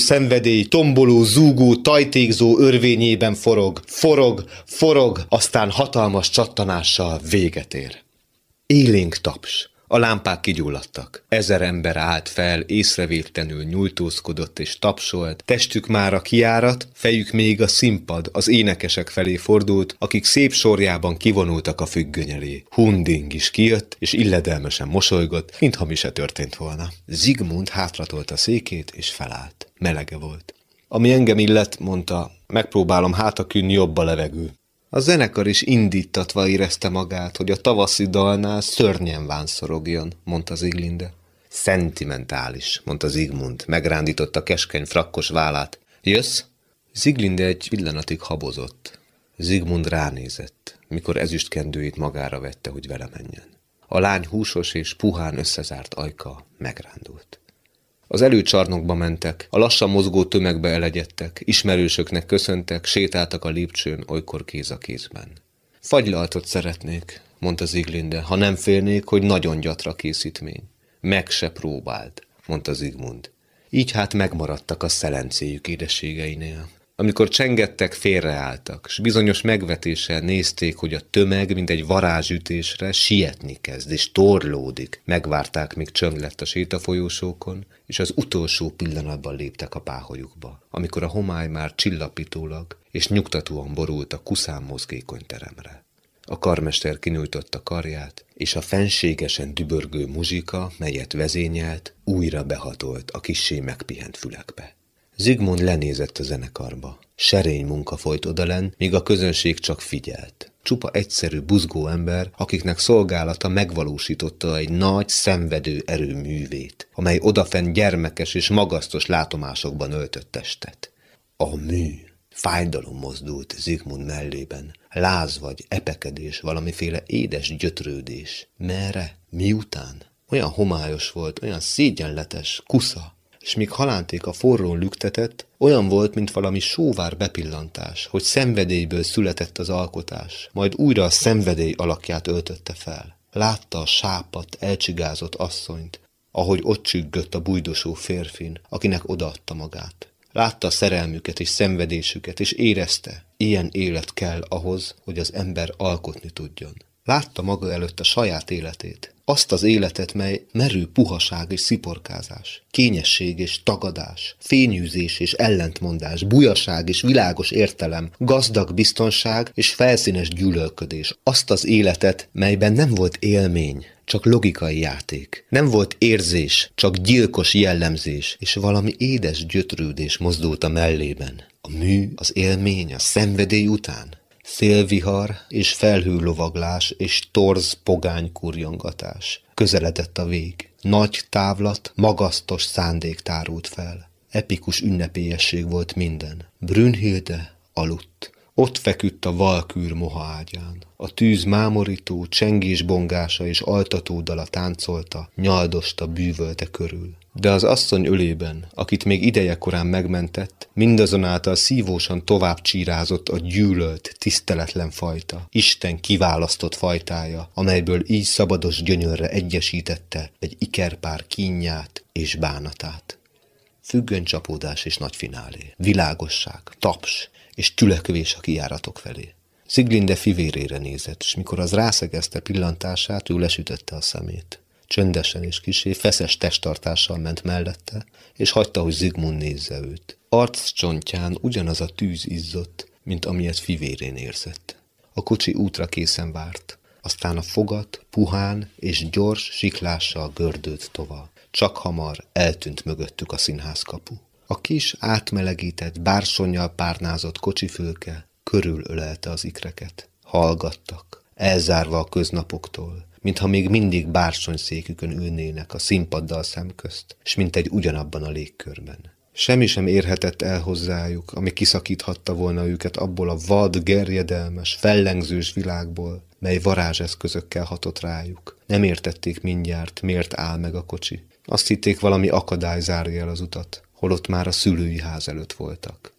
szenvedély tomboló, zúgó, tajtékzó örvényében forog, forog, forog, aztán hatalmas csattanással véget ér. Élénk taps. A lámpák kigyulladtak. Ezer ember állt fel, észrevétlenül nyújtózkodott és tapsolt, testük már a kijárat, fejük még a színpad, az énekesek felé fordult, akik szép sorjában kivonultak a függöny elé. Hunding is kijött, és illedelmesen mosolygott, mintha mi se történt volna. Zsigmond hátratolt a székét, és felállt. Melege volt. Ami engem illet, mondta, megpróbálom hátakünni jobb a levegő. A zenekar is indítatva érezte magát, hogy a tavaszi dalnál szörnyen vánszorogjon, mondta Sieglinde. Szentimentális, mondta Zsigmond, megrándította keskeny frakkos vállát. Jössz? Sieglinde egy pillanatig habozott. Zsigmond ránézett, mikor ezüstkendőjét magára vette, hogy vele menjen. A lány húsos és puhán összezárt ajka megrándult. Az előcsarnokba mentek, a lassan mozgó tömegbe elegyedtek, ismerősöknek köszöntek, sétáltak a lépcsőn, olykor kéz a kézben. Fagylaltot szeretnék, mondta Sieglinde, ha nem félnék, hogy nagyon gyatra készítmény. Meg se próbáld, mondta Zsigmond. Így hát megmaradtak a szelencéjük édességeinél. Amikor csengettek, félreálltak, s bizonyos megvetéssel nézték, hogy a tömeg, mint egy varázsütésre, sietni kezd, és torlódik. Megvárták, míg csönd lett a sétafolyósókon, és az utolsó pillanatban léptek a páholyukba, amikor a homály már csillapítólag és nyugtatóan borult a kuszán mozgékony teremre. A karmester kinyújtotta karját, és a fenségesen dübörgő muzsika, melyet vezényelt, újra behatolt a kissé megpihent fülekbe. Zsigmond lenézett a zenekarba. Serény munka folyt odalenn, míg a közönség csak figyelt. Csupa egyszerű, buzgó ember, akiknek szolgálata megvalósította egy nagy, szenvedő erőművét, amely odafenn gyermekes és magasztos látomásokban öltött testet. A mű. Fájdalom mozdult Zsigmond mellében. Láz vagy epekedés, valamiféle édes gyötrődés. Merre? Miután? Olyan homályos volt, olyan szégyenletes, kusza, és míg halánték a forrón lüktetett, olyan volt, mint valami sóvár bepillantás, hogy szenvedélyből született az alkotás, majd újra a szenvedély alakját öltötte fel. Látta a sápadt, elcsigázott asszonyt, ahogy ott csüggött a bujdosó férfin, akinek odaadta magát. Látta a szerelmüket és szenvedésüket, és érezte, ilyen élet kell ahhoz, hogy az ember alkotni tudjon. Látta maga előtt a saját életét, azt az életet, mely merő puhaság és sziporkázás, kényesség és tagadás, fényűzés és ellentmondás, bujaság és világos értelem, gazdag biztonság és felszínes gyűlölködés. Azt az életet, melyben nem volt élmény, csak logikai játék. Nem volt érzés, csak gyilkos jellemzés, és valami édes gyötrődés mozdult a mellében. A mű, az élmény, a szenvedély után. Szélvihar és felhőlovaglás és torz pogány kurjongatás. Közeledett a vég. Nagy távlat, magasztos szándék tárult fel. Epikus ünnepélyesség volt minden. Brünnhilde aludt. Ott feküdt a valkűr moha ágyán. A tűz mámorító, csengés bongása és altató dala táncolta, nyaldosta, bűvölte körül. De az asszony ölében, akit még idejekorán megmentett, mindazonáltal szívósan tovább csírázott a gyűlölt, tiszteletlen fajta, Isten kiválasztott fajtája, amelyből így szabados gyönyörre egyesítette egy ikerpár kínját és bánatát. Függönycsapódás és nagy finálé, világosság, taps és tülekvés a kijáratok felé. Sieglinde fivérére nézett, és mikor az rászegezte pillantását, ő lesütötte a szemét. Csöndesen és kissé feszes testtartással ment mellette, és hagyta, hogy Zsigmond nézze őt. Arccsontján ugyanaz a tűz izzott, mint amilyet fivérén érzett. A kocsi útra készen várt, aztán a fogat puhán és gyors siklással gördült tova. Csak hamar eltűnt mögöttük a színházkapu. A kis, átmelegített, bársonnyal párnázott kocsifülke körülölelte az ikreket. Hallgattak, elzárva a köznapoktól, mintha még mindig bársonyszékükön ülnének a színpaddal szemközt, s mint egy ugyanabban a légkörben. Semmi sem érhetett el hozzájuk, ami kiszakíthatta volna őket abból a vad, gerjedelmes, fellengzős világból, mely varázseszközökkel hatott rájuk. Nem értették mindjárt, miért áll meg a kocsi. Azt hitték, valami akadály zárja el az utat, holott már a szülői ház előtt voltak.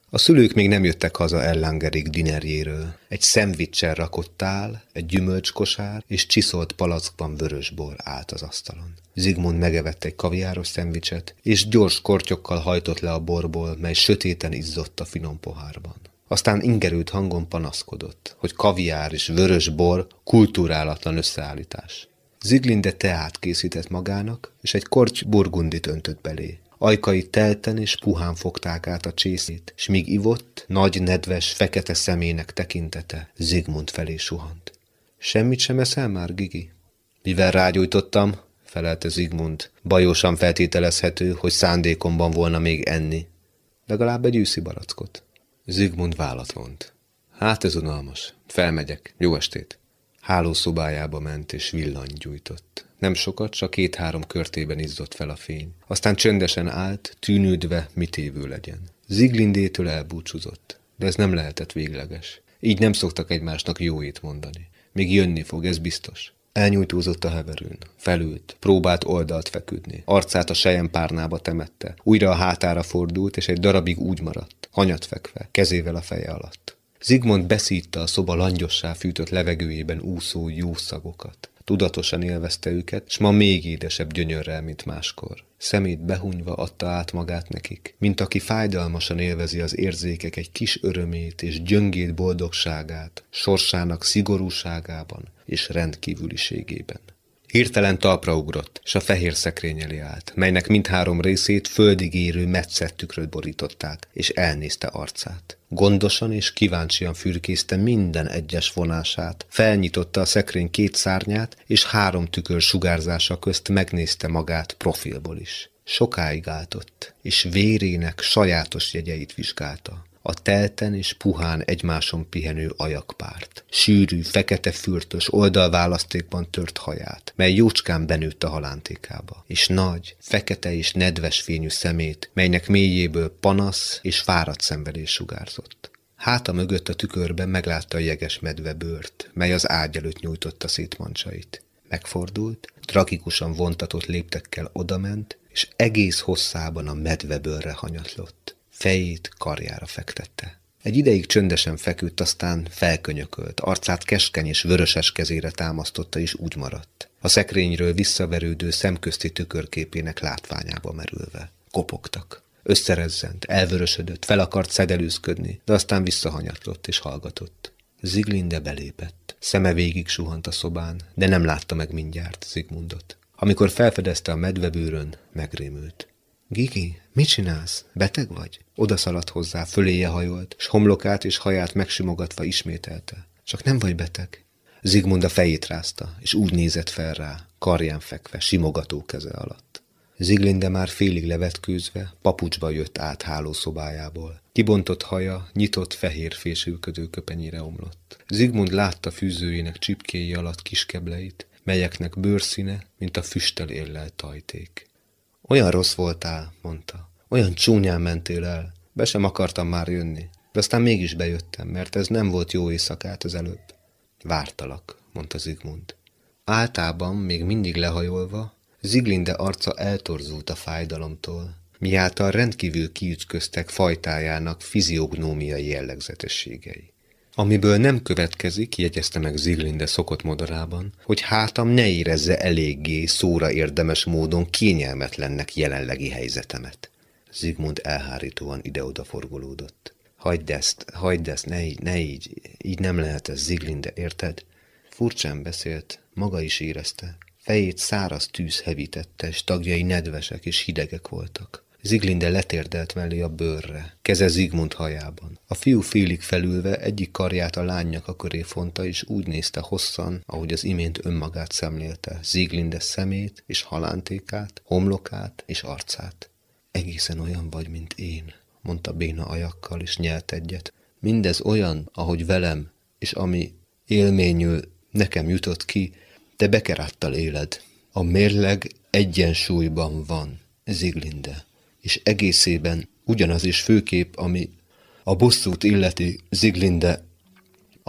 A szülők még nem jöttek haza Erlangerig dinerjéről. Egy szendvicssel rakott tál, egy gyümölcskosár és csiszolt palackban vörösbor állt az asztalon. Zsigmond megevett egy kaviáros szendvicset, és gyors kortyokkal hajtott le a borból, mely sötéten izzott a finom pohárban. Aztán ingerült hangon panaszkodott, hogy kaviár és vörösbor kulturálatlan összeállítás. Sieglinde teát készített magának, és egy korty burgundit öntött belé. Ajkai telten és puhán fogták át a csészét, s míg ivott, nagy, nedves, fekete szemének tekintete Zsigmond felé suhant. Semmit sem eszel már, Gigi? Mivel rágyújtottam, felelte Zsigmond. Bajosan feltételezhető, hogy szándékomban volna még enni. Legalább egy őszi barackot. Zsigmond vállat vont. Hát ez unalmas. Felmegyek. Jó estét. Hálószobájába ment és villanyt gyújtott. Nem sokat, csak két-három körtében izzott fel a fény. Aztán csöndesen állt, tűnődve, mit évő legyen. Sieglindétől elbúcsúzott, de ez nem lehetett végleges. Így nem szoktak egymásnak jóét mondani. Még jönni fog, ez biztos. Elnyújtózott a heverőn, felült, próbált oldalt feküdni. Arcát a selyempárnába temette, újra a hátára fordult, és egy darabig úgy maradt, hanyat fekve, kezével a feje alatt. Zsigmond beszídta a szoba langyossá fűtött levegőjében úszó jó szagokat. Tudatosan élvezte őket, s ma még édesebb gyönyörrel, mint máskor. Szemét behunyva adta át magát nekik, mint aki fájdalmasan élvezi az érzékek egy kis örömét és gyöngét boldogságát, sorsának szigorúságában és rendkívüliségében. Hirtelen talpra ugrott, s a fehér szekrény elé állt, melynek mindhárom részét földig érő metszett tükröt borították, és elnézte arcát. Gondosan és kíváncsian fürkészte minden egyes vonását, felnyitotta a szekrény két szárnyát, és három tükör sugárzása közt megnézte magát profilból is. Sokáig áltott, és vérének sajátos jegyeit vizsgálta. A telten és puhán egymáson pihenő ajakpárt, sűrű, fekete fürtös oldalválasztékban tört haját, mely jócskán benőtt a halántékába, és nagy, fekete és nedves fényű szemét, melynek mélyéből panasz és fáradt szenvedés sugárzott. Háta mögött a tükörben meglátta a jeges medve bőrt, mely az ágy előtt nyújtotta szét mancsait. Megfordult, tragikusan vontatott léptekkel odament, és egész hosszában a medvebőrre hanyatlott. Fejét karjára fektette. Egy ideig csöndesen feküdt, aztán felkönyökölt, arcát keskeny és vöröses kezére támasztotta, és úgy maradt. A szekrényről visszaverődő szemközti tükörképének látványába merülve. Kopogtak. Összerezzent, elvörösödött, fel akart szedelőzködni, de aztán visszahanyatlott és hallgatott. Sieglinde belépett. Szeme végig suhant a szobán, de nem látta meg mindjárt Zsigmondot. Amikor felfedezte a medvebőrön, megrémült. Gigi, mit csinálsz? Beteg vagy? Oda szaladt hozzá, föléje hajolt, s homlokát és haját megsimogatva ismételte. Csak nem vagy beteg? Zsigmond a fejét rázta, és úgy nézett fel rá, karján fekve, simogató keze alatt. Sieglinde már félig levetkőzve, papucsba jött át hálószobájából. Kibontott haja, nyitott fehér fésülködő köpenyére omlott. Zsigmond látta fűzőjének csipkéi alatt kiskebleit, melyeknek bőrszíne, mint a füsttel érlelt tajték. Olyan rossz voltál, mondta. Olyan csúnyán mentél el. Be sem akartam már jönni. De aztán mégis bejöttem, mert ez nem volt jó éjszakát az előbb. Vártalak, mondta Zsigmond. Áltában, még mindig lehajolva, Sieglinde arca eltorzult a fájdalomtól, miáltal rendkívül kiütköztek fajtájának fiziognómiai jellegzetességei. Amiből nem következik, jegyezte meg Sieglinde szokott modorában, hogy hátam ne érezze eléggé szóra érdemes módon kényelmetlennek jelenlegi helyzetemet. Zsigmond elhárítóan ide-oda forgolódott. Hagyd ezt, hagyd ezt, ne így, ne így, így nem lehet ez, Sieglinde, érted? Furcsán beszélt, maga is érezte. Fejét száraz tűz hevítette, és tagjai nedvesek és hidegek voltak. Sieglinde letérdelt mellé a bőrre, keze Zsigmond hajában. A fiú félig felülve egyik karját a lány nyaka köré fonta, és úgy nézte hosszan, ahogy az imént önmagát szemlélte, Sieglinde szemét és halántékát, homlokát és arcát. Egészen olyan vagy, mint én, mondta béna ajakkal, és nyelt egyet. Mindez olyan, ahogy velem, és ami élményül nekem jutott ki, te bekeráttal éled. A mérleg egyensúlyban van, Sieglinde, és egészében ugyanaz is főkép, ami a bosszút illeti, Sieglinde,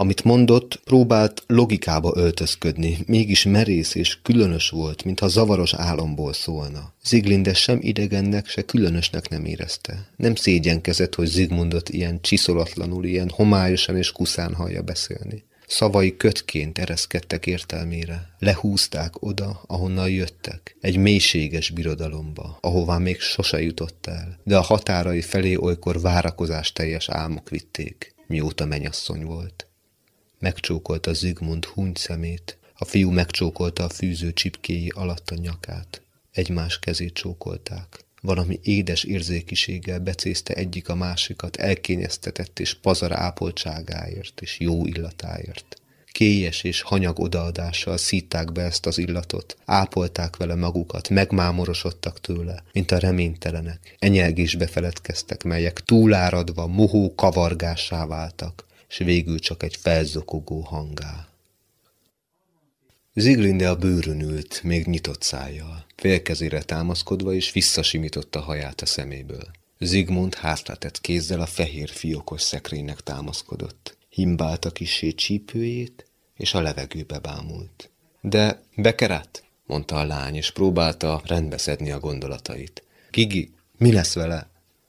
Amit mondott, próbált logikába öltözködni, mégis merész és különös volt, mintha zavaros álomból szólna. Sieglinde sem idegennek, se különösnek nem érezte. Nem szégyenkezett, hogy Zsigmundot ilyen csiszolatlanul, ilyen homályosan és kuszán hallja beszélni. Szavai kötként ereszkedtek értelmére. Lehúzták oda, ahonnan jöttek. Egy mélységes birodalomba, ahová még sose jutott el. De a határai felé olykor várakozás teljes álmok vitték, mióta mennyasszony volt. Megcsókolta Zsigmund húny szemét, a fiú megcsókolta a fűző csipkéi alatt a nyakát. Egymás kezét csókolták. Valami édes érzékiséggel becézte egyik a másikat, elkényeztetett és pazar ápoltságáért és jó illatáért. Kélyes és hanyag odaadással szítták be ezt az illatot, ápolták vele magukat, megmámorosodtak tőle, mint a reménytelenek, enyelgésbe feledkeztek, melyek túláradva mohó kavargássá váltak, és végül csak egy felzokogó hangá. Sieglinde a bőrön ült, még nyitott szájjal, félkezére támaszkodva, és visszasimította haját a szeméből. Zsigmund hátratett kézzel a fehér fiókos szekrénynek támaszkodott. Himbálta kissé csípőjét, és a levegőbe bámult. De Bekerat, mondta a lány, és próbálta rendbeszedni a gondolatait. Gigi, mi lesz vele?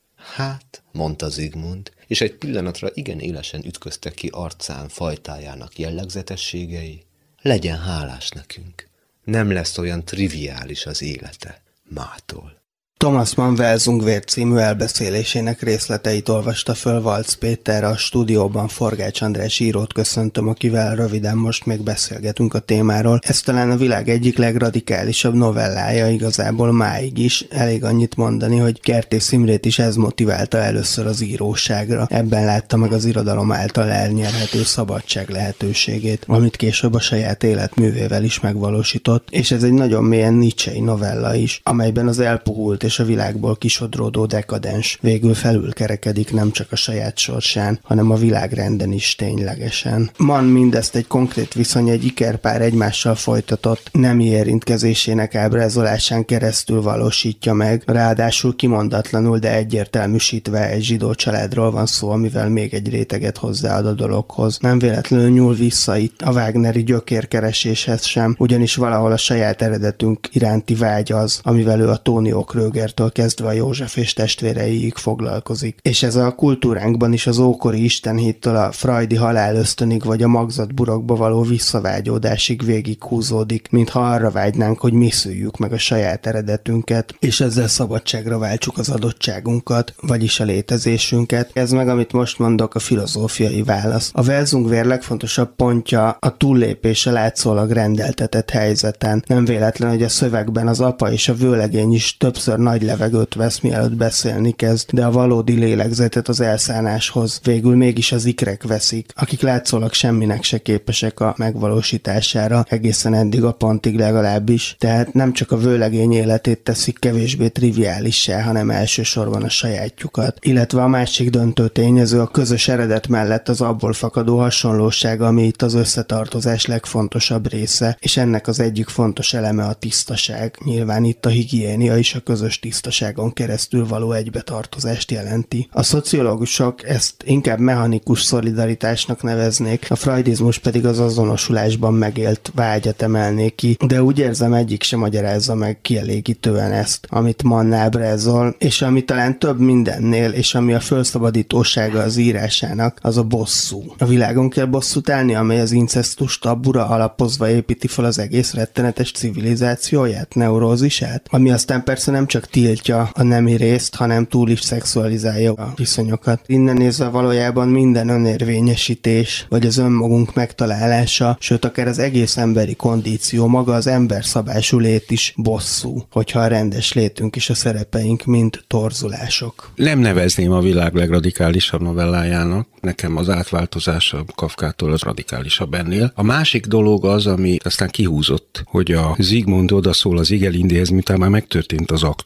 Hát, mondta Zsigmund, és egy pillanatra igen élesen ütköztek ki arcán fajtájának jellegzetességei. Legyen hálás nekünk. Nem lesz olyan triviális az élete mától. Thomas Mann Welsungvér című elbeszélésének részleteit olvasta föl Valc Péter, a stúdióban Forgács András írót köszöntöm, akivel röviden most még beszélgetünk a témáról. Ez talán a világ egyik legradikálisabb novellája, igazából máig is. Elég annyit mondani, hogy Kertész Imrét is ez motiválta először az íróságra. Ebben látta meg az irodalom által elnyerhető szabadság lehetőségét, amit később a saját életművével is megvalósított, és ez egy nagyon mélyen nietzschei novella is, amelyben az elpuhult és a világból kisodródó dekadens végül felülkerekedik nem csak a saját sorsán, hanem a világrenden is ténylegesen. Mann mindezt egy konkrét viszony, egy ikerpár egymással folytatott nemi érintkezésének ábrázolásán keresztül valósítja meg, ráadásul kimondatlanul, de egyértelműsítve egy zsidó családról van szó, amivel még egy réteget hozzáad a dologhoz. Nem véletlenül nyúl vissza itt a Wagneri gyökérkereséshez sem, ugyanis valahol a saját eredetünk iránti vágy az, amivel ő a Tónió Krögertől kezdve a József és testvéreiig foglalkozik. És ez a kultúránkban is az ókori istenhittől a freudi halálösztönig vagy a magzatburokba való visszavágyódásig végig húzódik, mintha arra vágynánk, hogy mi szüljük meg a saját eredetünket, és ezzel szabadságra váltsuk az adottságunkat, vagyis a létezésünket. Ez meg, amit most mondok, a filozófiai válasz. A Welsungvér legfontosabb pontja a túllépés a látszólag rendeltetett helyzeten. Nem véletlen, hogy a szövegben az apa és a vőlegény is többször nagy levegőt vesz, mielőtt beszélni kezd, de a valódi lélegzetet az elszánáshoz végül mégis az ikrek veszik, akik látszólag semminek se képesek a megvalósítására, egészen eddig a pontig legalábbis. Tehát nem csak a vőlegény életét teszik kevésbé triviálissá, hanem elsősorban a sajátjukat. Illetve a másik döntő tényező a közös eredet mellett az abból fakadó hasonlóság, ami itt az összetartozás legfontosabb része, és ennek az egyik fontos eleme a tisztaság. Nyilván itt a higiénia is a közös tisztaságon keresztül való egybetartozást jelenti. A szociológusok ezt inkább mechanikus szolidaritásnak neveznék, a freudizmus pedig az azonosulásban megélt vágyat emelné ki, de úgy érzem, egyik sem magyarázza meg kielégítően ezt, amit Mann ábrázol, és ami talán több mindennél, és ami a felszabadítósága az írásának, az a bosszú. A világon kell bosszút állni, amely az incesztus tabura alapozva építi fel az egész rettenetes civilizációját, neurózisát, ami aztán persze nem csak tiltja a nemi részt, hanem túl is szexualizálja a viszonyokat. Innen nézve valójában minden önérvényesítés, vagy az önmagunk megtalálása, sőt akár az egész emberi kondíció, maga az emberszabású lét is bosszú, hogyha a rendes létünk és a szerepeink mind torzulások. Nem nevezném a világ legradikálisabb novellájának, nekem az átváltozása Kafkától az radikálisabb ennél. A másik dolog az, ami aztán kihúzott, hogy a Zsigmund odaszól az Igelindéhez, miután már megtörtént az aktus,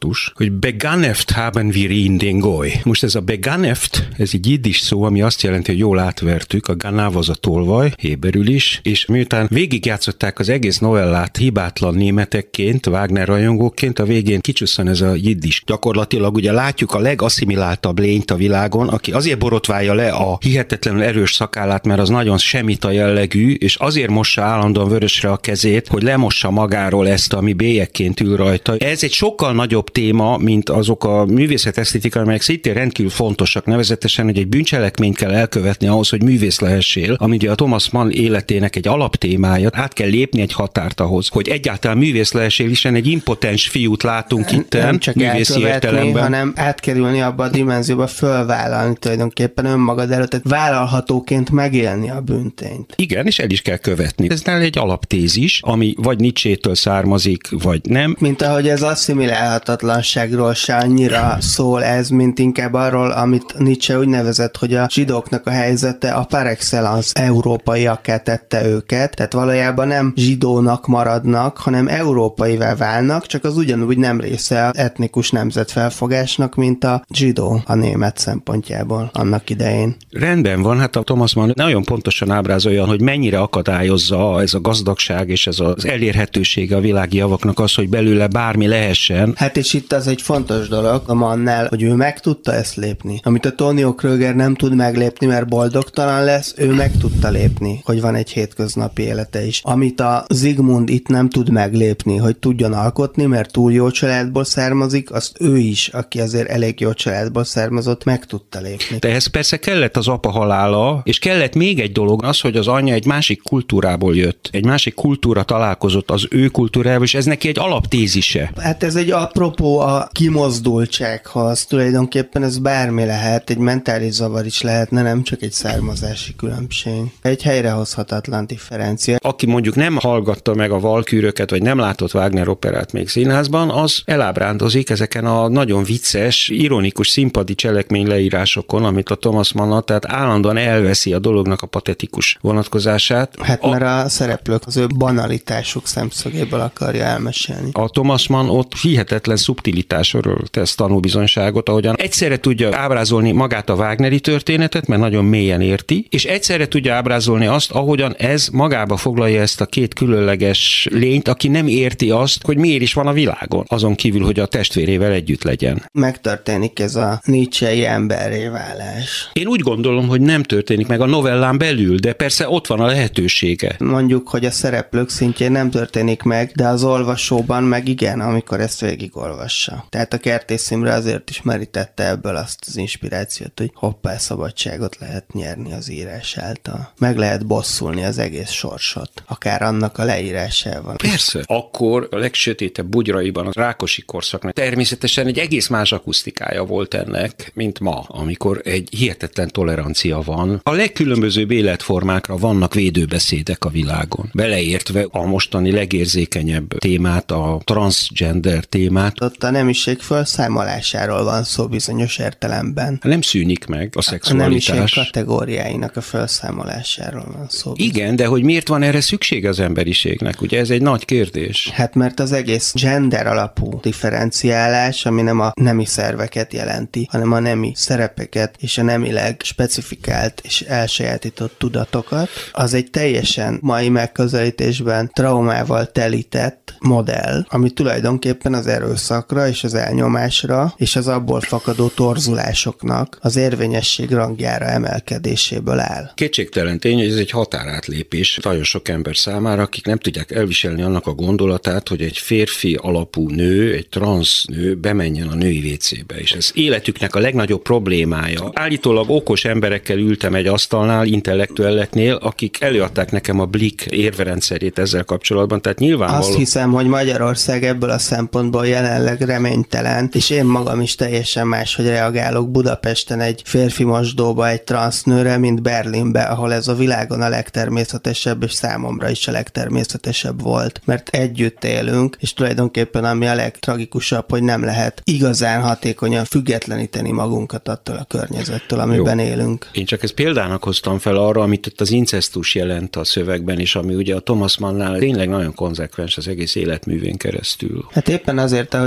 fantasztikus, hogy beganeft haben wir ihn den Goy. Most ez a beganeft, ez egy jiddis szó, ami azt jelenti, hogy jól átvertük, a ganáv az a tolvaj, héberül is, és miután végigjátszották az egész novellát hibátlan németekként, Wagner rajongóként, a végén kicsusszan ez a jiddis. Gyakorlatilag ugye látjuk a legasszimiláltabb lényt a világon, aki azért borotválja le a hihetetlenül erős szakállát, mert az nagyon semita jellegű, és azért mossa állandóan vörösre a kezét, hogy lemossa magáról ezt, ami bélyekként ül rajta. Ez egy sokkal nagyobb téma, mint azok a művészetesztétika, amelyek szintén rendkívül fontosak, nevezetesen, hogy egy bűncselekményt kell elkövetni ahhoz, hogy művész lehessél, ami ugye a Thomas Mann életének egy alaptémája. Át kell lépni egy határt ahhoz, hogy egyáltalán művész lehessél, hiszen egy impotens fiút látunk itt, nem csak művészi értelemben, hanem átkerülni abba a dimenzióba, fölvállalni tulajdonképpen önmagad előtt, tehát vállalhatóként megélni a bűntényt. Igen, és el is kell követni. Ez nála egy alaptézis, ami vagy Nietzsétől származik, vagy nem. Mint ahogy ez asszimilálhatatlanságról se annyira szól ez, mint inkább arról, amit Nietzsche úgy nevezett, hogy a zsidóknak a helyzete a par excellence európaiakká tette őket, tehát valójában nem zsidónak maradnak, hanem európaivá válnak, csak az ugyanúgy nem része az etnikus nemzetfelfogásnak, mint a zsidó a német szempontjából annak idején. Rendben van, hát a Thomas Mann nagyon pontosan ábrázolja, hogy mennyire akadályozza ez a gazdagság és ez az elérhetősége a világi javaknak az, hogy belőle bármi lehessen. Hát és itt az egy fontos dolog a Mannnál, hogy ő meg tudta ezt lépni. Amit a Tonio Kröger nem tud meglépni, mert boldogtalan lesz, ő meg tudta lépni, hogy van egy hétköznapi élete is. Amit a Zsigmond itt nem tud meglépni, hogy tudjon alkotni, mert túl jó családból származik, azt ő is, aki azért elég jó családból származott, meg tudta lépni. De ehhez persze kellett az apa halála, és kellett még egy dolog, az, hogy az anyja egy másik kultúrából jött. Egy másik kultúra találkozott az ő kultúrával, és ez neki egy alaptézise. Hát ez egy apropó a kimozdultsághoz. Tulajdonképpen ez bármi lehet, egy mentális zavar is lehetne, nem csak egy származási különbség. Egy helyrehozhatatlan differencia. Aki mondjuk nem hallgatta meg a Valküröket, vagy nem látott Wagner operát még színházban, az elábrándozik ezeken a nagyon vicces, ironikus színpadi cselekmény leírásokon, amit a Thomas Mann ad, tehát állandóan elveszi a dolognak a patetikus vonatkozását. Hát a... mert a szereplők az ő banalitásuk szemszögéből akarja elmesélni. A Thomas Mann ott hihetetlen szubtilitásról tesz tanúbizonyságot, ahogyan egyszerre tudja ábrázolni magát a Wagneri történetet, mert nagyon mélyen érti, és egyszerre tudja ábrázolni azt, ahogyan ez magába foglalja ezt a két különleges lényt, aki nem érti azt, hogy miért is van a világon, azon kívül, hogy a testvérével együtt legyen. Megtörténik ez a Nietzschei emberré válás. Én úgy gondolom, hogy nem történik meg a novellán belül, de persze ott van a lehetősége. Mondjuk, hogy a szereplők szintjén nem történik meg, de az olvasóban meg igen, amikor ezt végigolvassa. Tehát a Kertész Imre azért is merítette ebből azt az inspirációt, hogy hoppá, szabadságot lehet nyerni az írás által. Meg lehet bosszulni az egész sorsot, akár annak a leírásával. Persze. Akkor a legsötétebb bugyraiban a Rákosi korszaknak természetesen egy egész más akusztikája volt ennek, mint ma, amikor egy hihetetlen tolerancia van. A legkülönbözőbb életformákra vannak védőbeszédek a világon. Beleértve a mostani legérzékenyebb témát, a transgender témát. Ott a nemiség felszámolásáról van szó bizonyos értelemben. Nem szűnik meg a szexualitás. A nemiség kategóriáinak a felszámolásáról van szó. Igen, de hogy miért van erre szükség az emberiségnek? Ugye ez egy nagy kérdés. Hát mert az egész gender alapú differenciálás, ami nem a nemi szerveket jelenti, hanem a nemi szerepeket és a nemileg specifikált és elsajátított tudatokat, az egy teljesen mai megközelítésben traumával telített modell, ami tulajdonképpen az erőszakra és az elnyomásra és az abból fakadó torzulásoknak az érvényesség rangjára emelkedéséből áll. Kétségtelen tény, hogy ez egy határátlépés nagyon sok ember számára, akik nem tudják elviselni annak a gondolatát, hogy egy férfi alapú nő, egy transz nő bemenjen a női vécébe, és ez életüknek a legnagyobb problémája. Állítólag okos emberekkel ültem egy asztalnál, intellektuelleknél, akik előadták nekem a Blick érverendszerét ezzel kapcsolatban, tehát nyilvánvaló. Azt hiszem, hogy Magyarország ebből a szempontból jelenleg reménytelen, és én magam is teljesen máshogy reagálok Budapesten egy férfi mosdóba egy transznőre, mint Berlinbe, ahol ez a világon a legtermészetesebb, és számomra is a legtermészetesebb volt, mert együtt élünk, és tulajdonképpen ami a legtragikusabb, hogy nem lehet igazán hatékonyan függetleníteni magunkat attól a környezettől, amiben Jó. élünk. Én csak ezt példának hoztam fel arra, amit ott az incesztus jelent a szövegben, és ami ugye a Thomas Mannnál tényleg nagyon konzekvens az egész életművén keresztül. Hát éppen azért, ahogy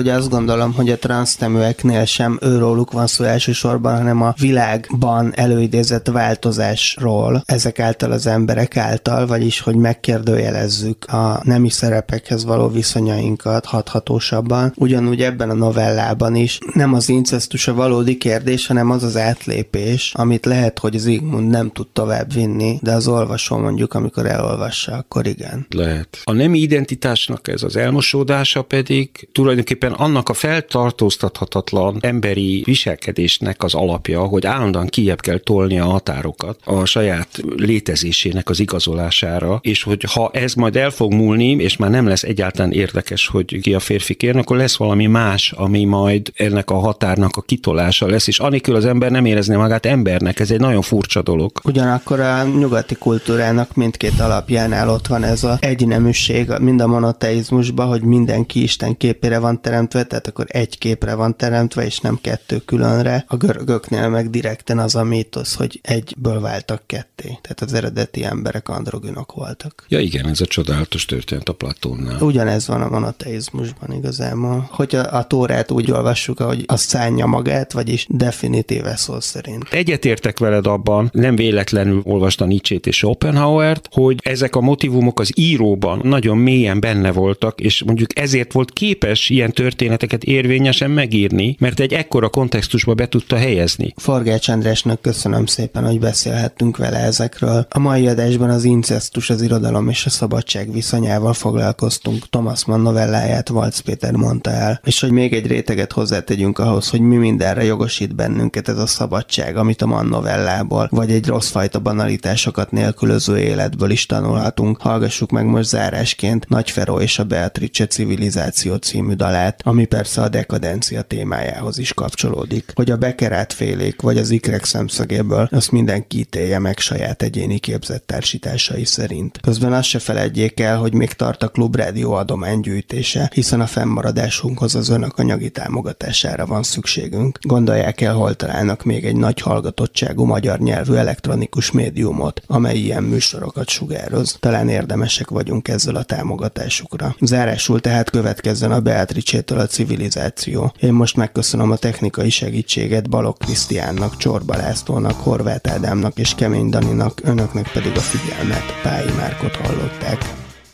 ugye azt gondolom, hogy a transzneműeknél sem őróluk van szó elsősorban, hanem a világban előidézett változásról, ezek által az emberek által, vagyis hogy megkérdőjelezzük a nemi szerepekhez való viszonyainkat hathatósabban. Ugyanúgy ebben a novellában is nem az incesztus a valódi kérdés, hanem az az átlépés, amit lehet, hogy Zsigmond nem tud tovább vinni, de az olvasó mondjuk, amikor elolvassa, akkor igen. Lehet. A nemi identitásnak ez az elmosódása pedig tulajdonképpen annak a feltartóztathatatlan emberi viselkedésnek az alapja, hogy állandóan kijebb kell tolni a határokat a saját létezésének az igazolására, és hogy ha ez majd el fog múlni, és már nem lesz egyáltalán érdekes, hogy ki a férfi kérne, akkor lesz valami más, ami majd ennek a határnak a kitolása lesz, és anélkül az ember nem érezné magát embernek. Ez egy nagyon furcsa dolog. Ugyanakkor a nyugati kultúrának mindkét alapjánál ott van ez az egyneműség, mind a monoteizmusban, hogy mindenki Isten képére van teremtve, tehát akkor egy képre van teremtve, és nem kettő különre. A görögöknél meg direkten az a mítosz, hogy egyből váltak ketté. Tehát az eredeti emberek androgynok voltak. Ja igen, ez a csodálatos történet a Platónnál. Ugyanez van a monoteizmusban igazából. Hogy a, a Tórát úgy olvassuk, ahogy azt szánja magát, vagyis definitíve szó szerint. Egyetértek veled abban, nem véletlenül olvastam Nietzsét és Schopenhauert, hogy ezek a motivumok az íróban nagyon mélyen benne voltak, és mondjuk ezért volt képes ilyen történeteket érvényesen megírni, mert egy ekkora kontextusba be tudta helyezni. Forgács Andrásnak köszönöm szépen, hogy beszélhettünk vele ezekről. A mai adásban az incesztus, az irodalom és a szabadság viszonyával foglalkoztunk. Thomas Mann novelláját Valc Péter mondta el, és hogy még egy réteget hozzátegyünk ahhoz, hogy mi mindenre jogosít bennünket ez a szabadság, amit a Mann novellából, vagy egy rosszfajta banalitásokat nélkülöző életből is tanulhatunk. Hallgassuk meg most zárásként Nagy Feró és a Beatrice Civilizáció című dalát, ami persze a dekadencia témájához is kapcsolódik. Hogy a Bekerát félék, vagy az ikrek szemszögéből, azt mindenki ítélje meg saját egyéni képzettársításai szerint. Közben azt se feledjék el, hogy még tart a Klubrádió adománygyűjtése, hiszen a fennmaradásunkhoz az önök anyagi támogatására van szükségünk. Gondolják el, hol találnak még egy nagy hallgatottságú magyar nyelvű elektronikus médiumot, amely ilyen műsorokat sugároz. Talán érdemesek vagyunk ezzel a támogatásukra. Zárásul tehát következzen a Beatrice-től a Civilizáció. Én most megköszönöm a technikai segítséget Balogh Krisztiánnak, Csorba Lászlónak, Horváth Ádámnak és Kemény Daninak, önöknek pedig a figyelmet. Pályi Márkot hallották.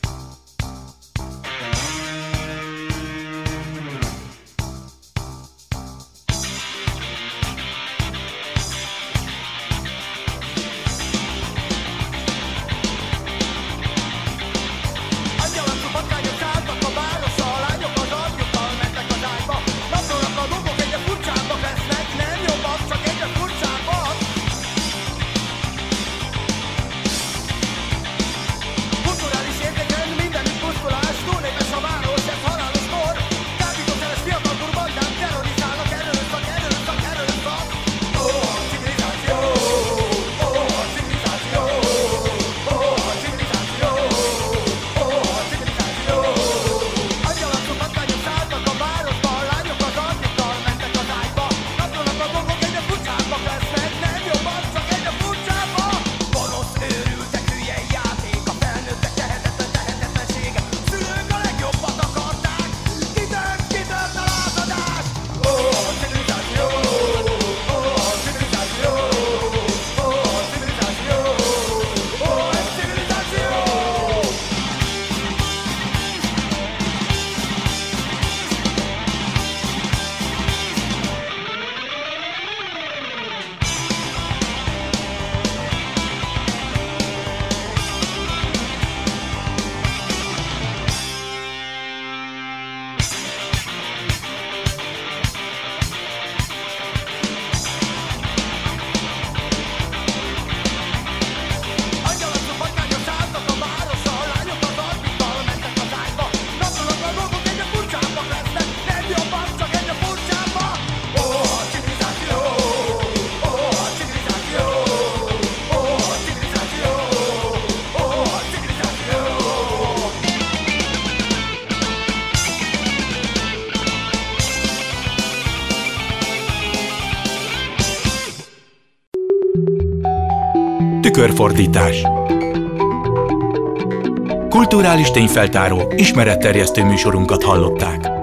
Tükörfordítás. Kulturális tényfeltáró, ismeretterjesztő műsorunkat hallották.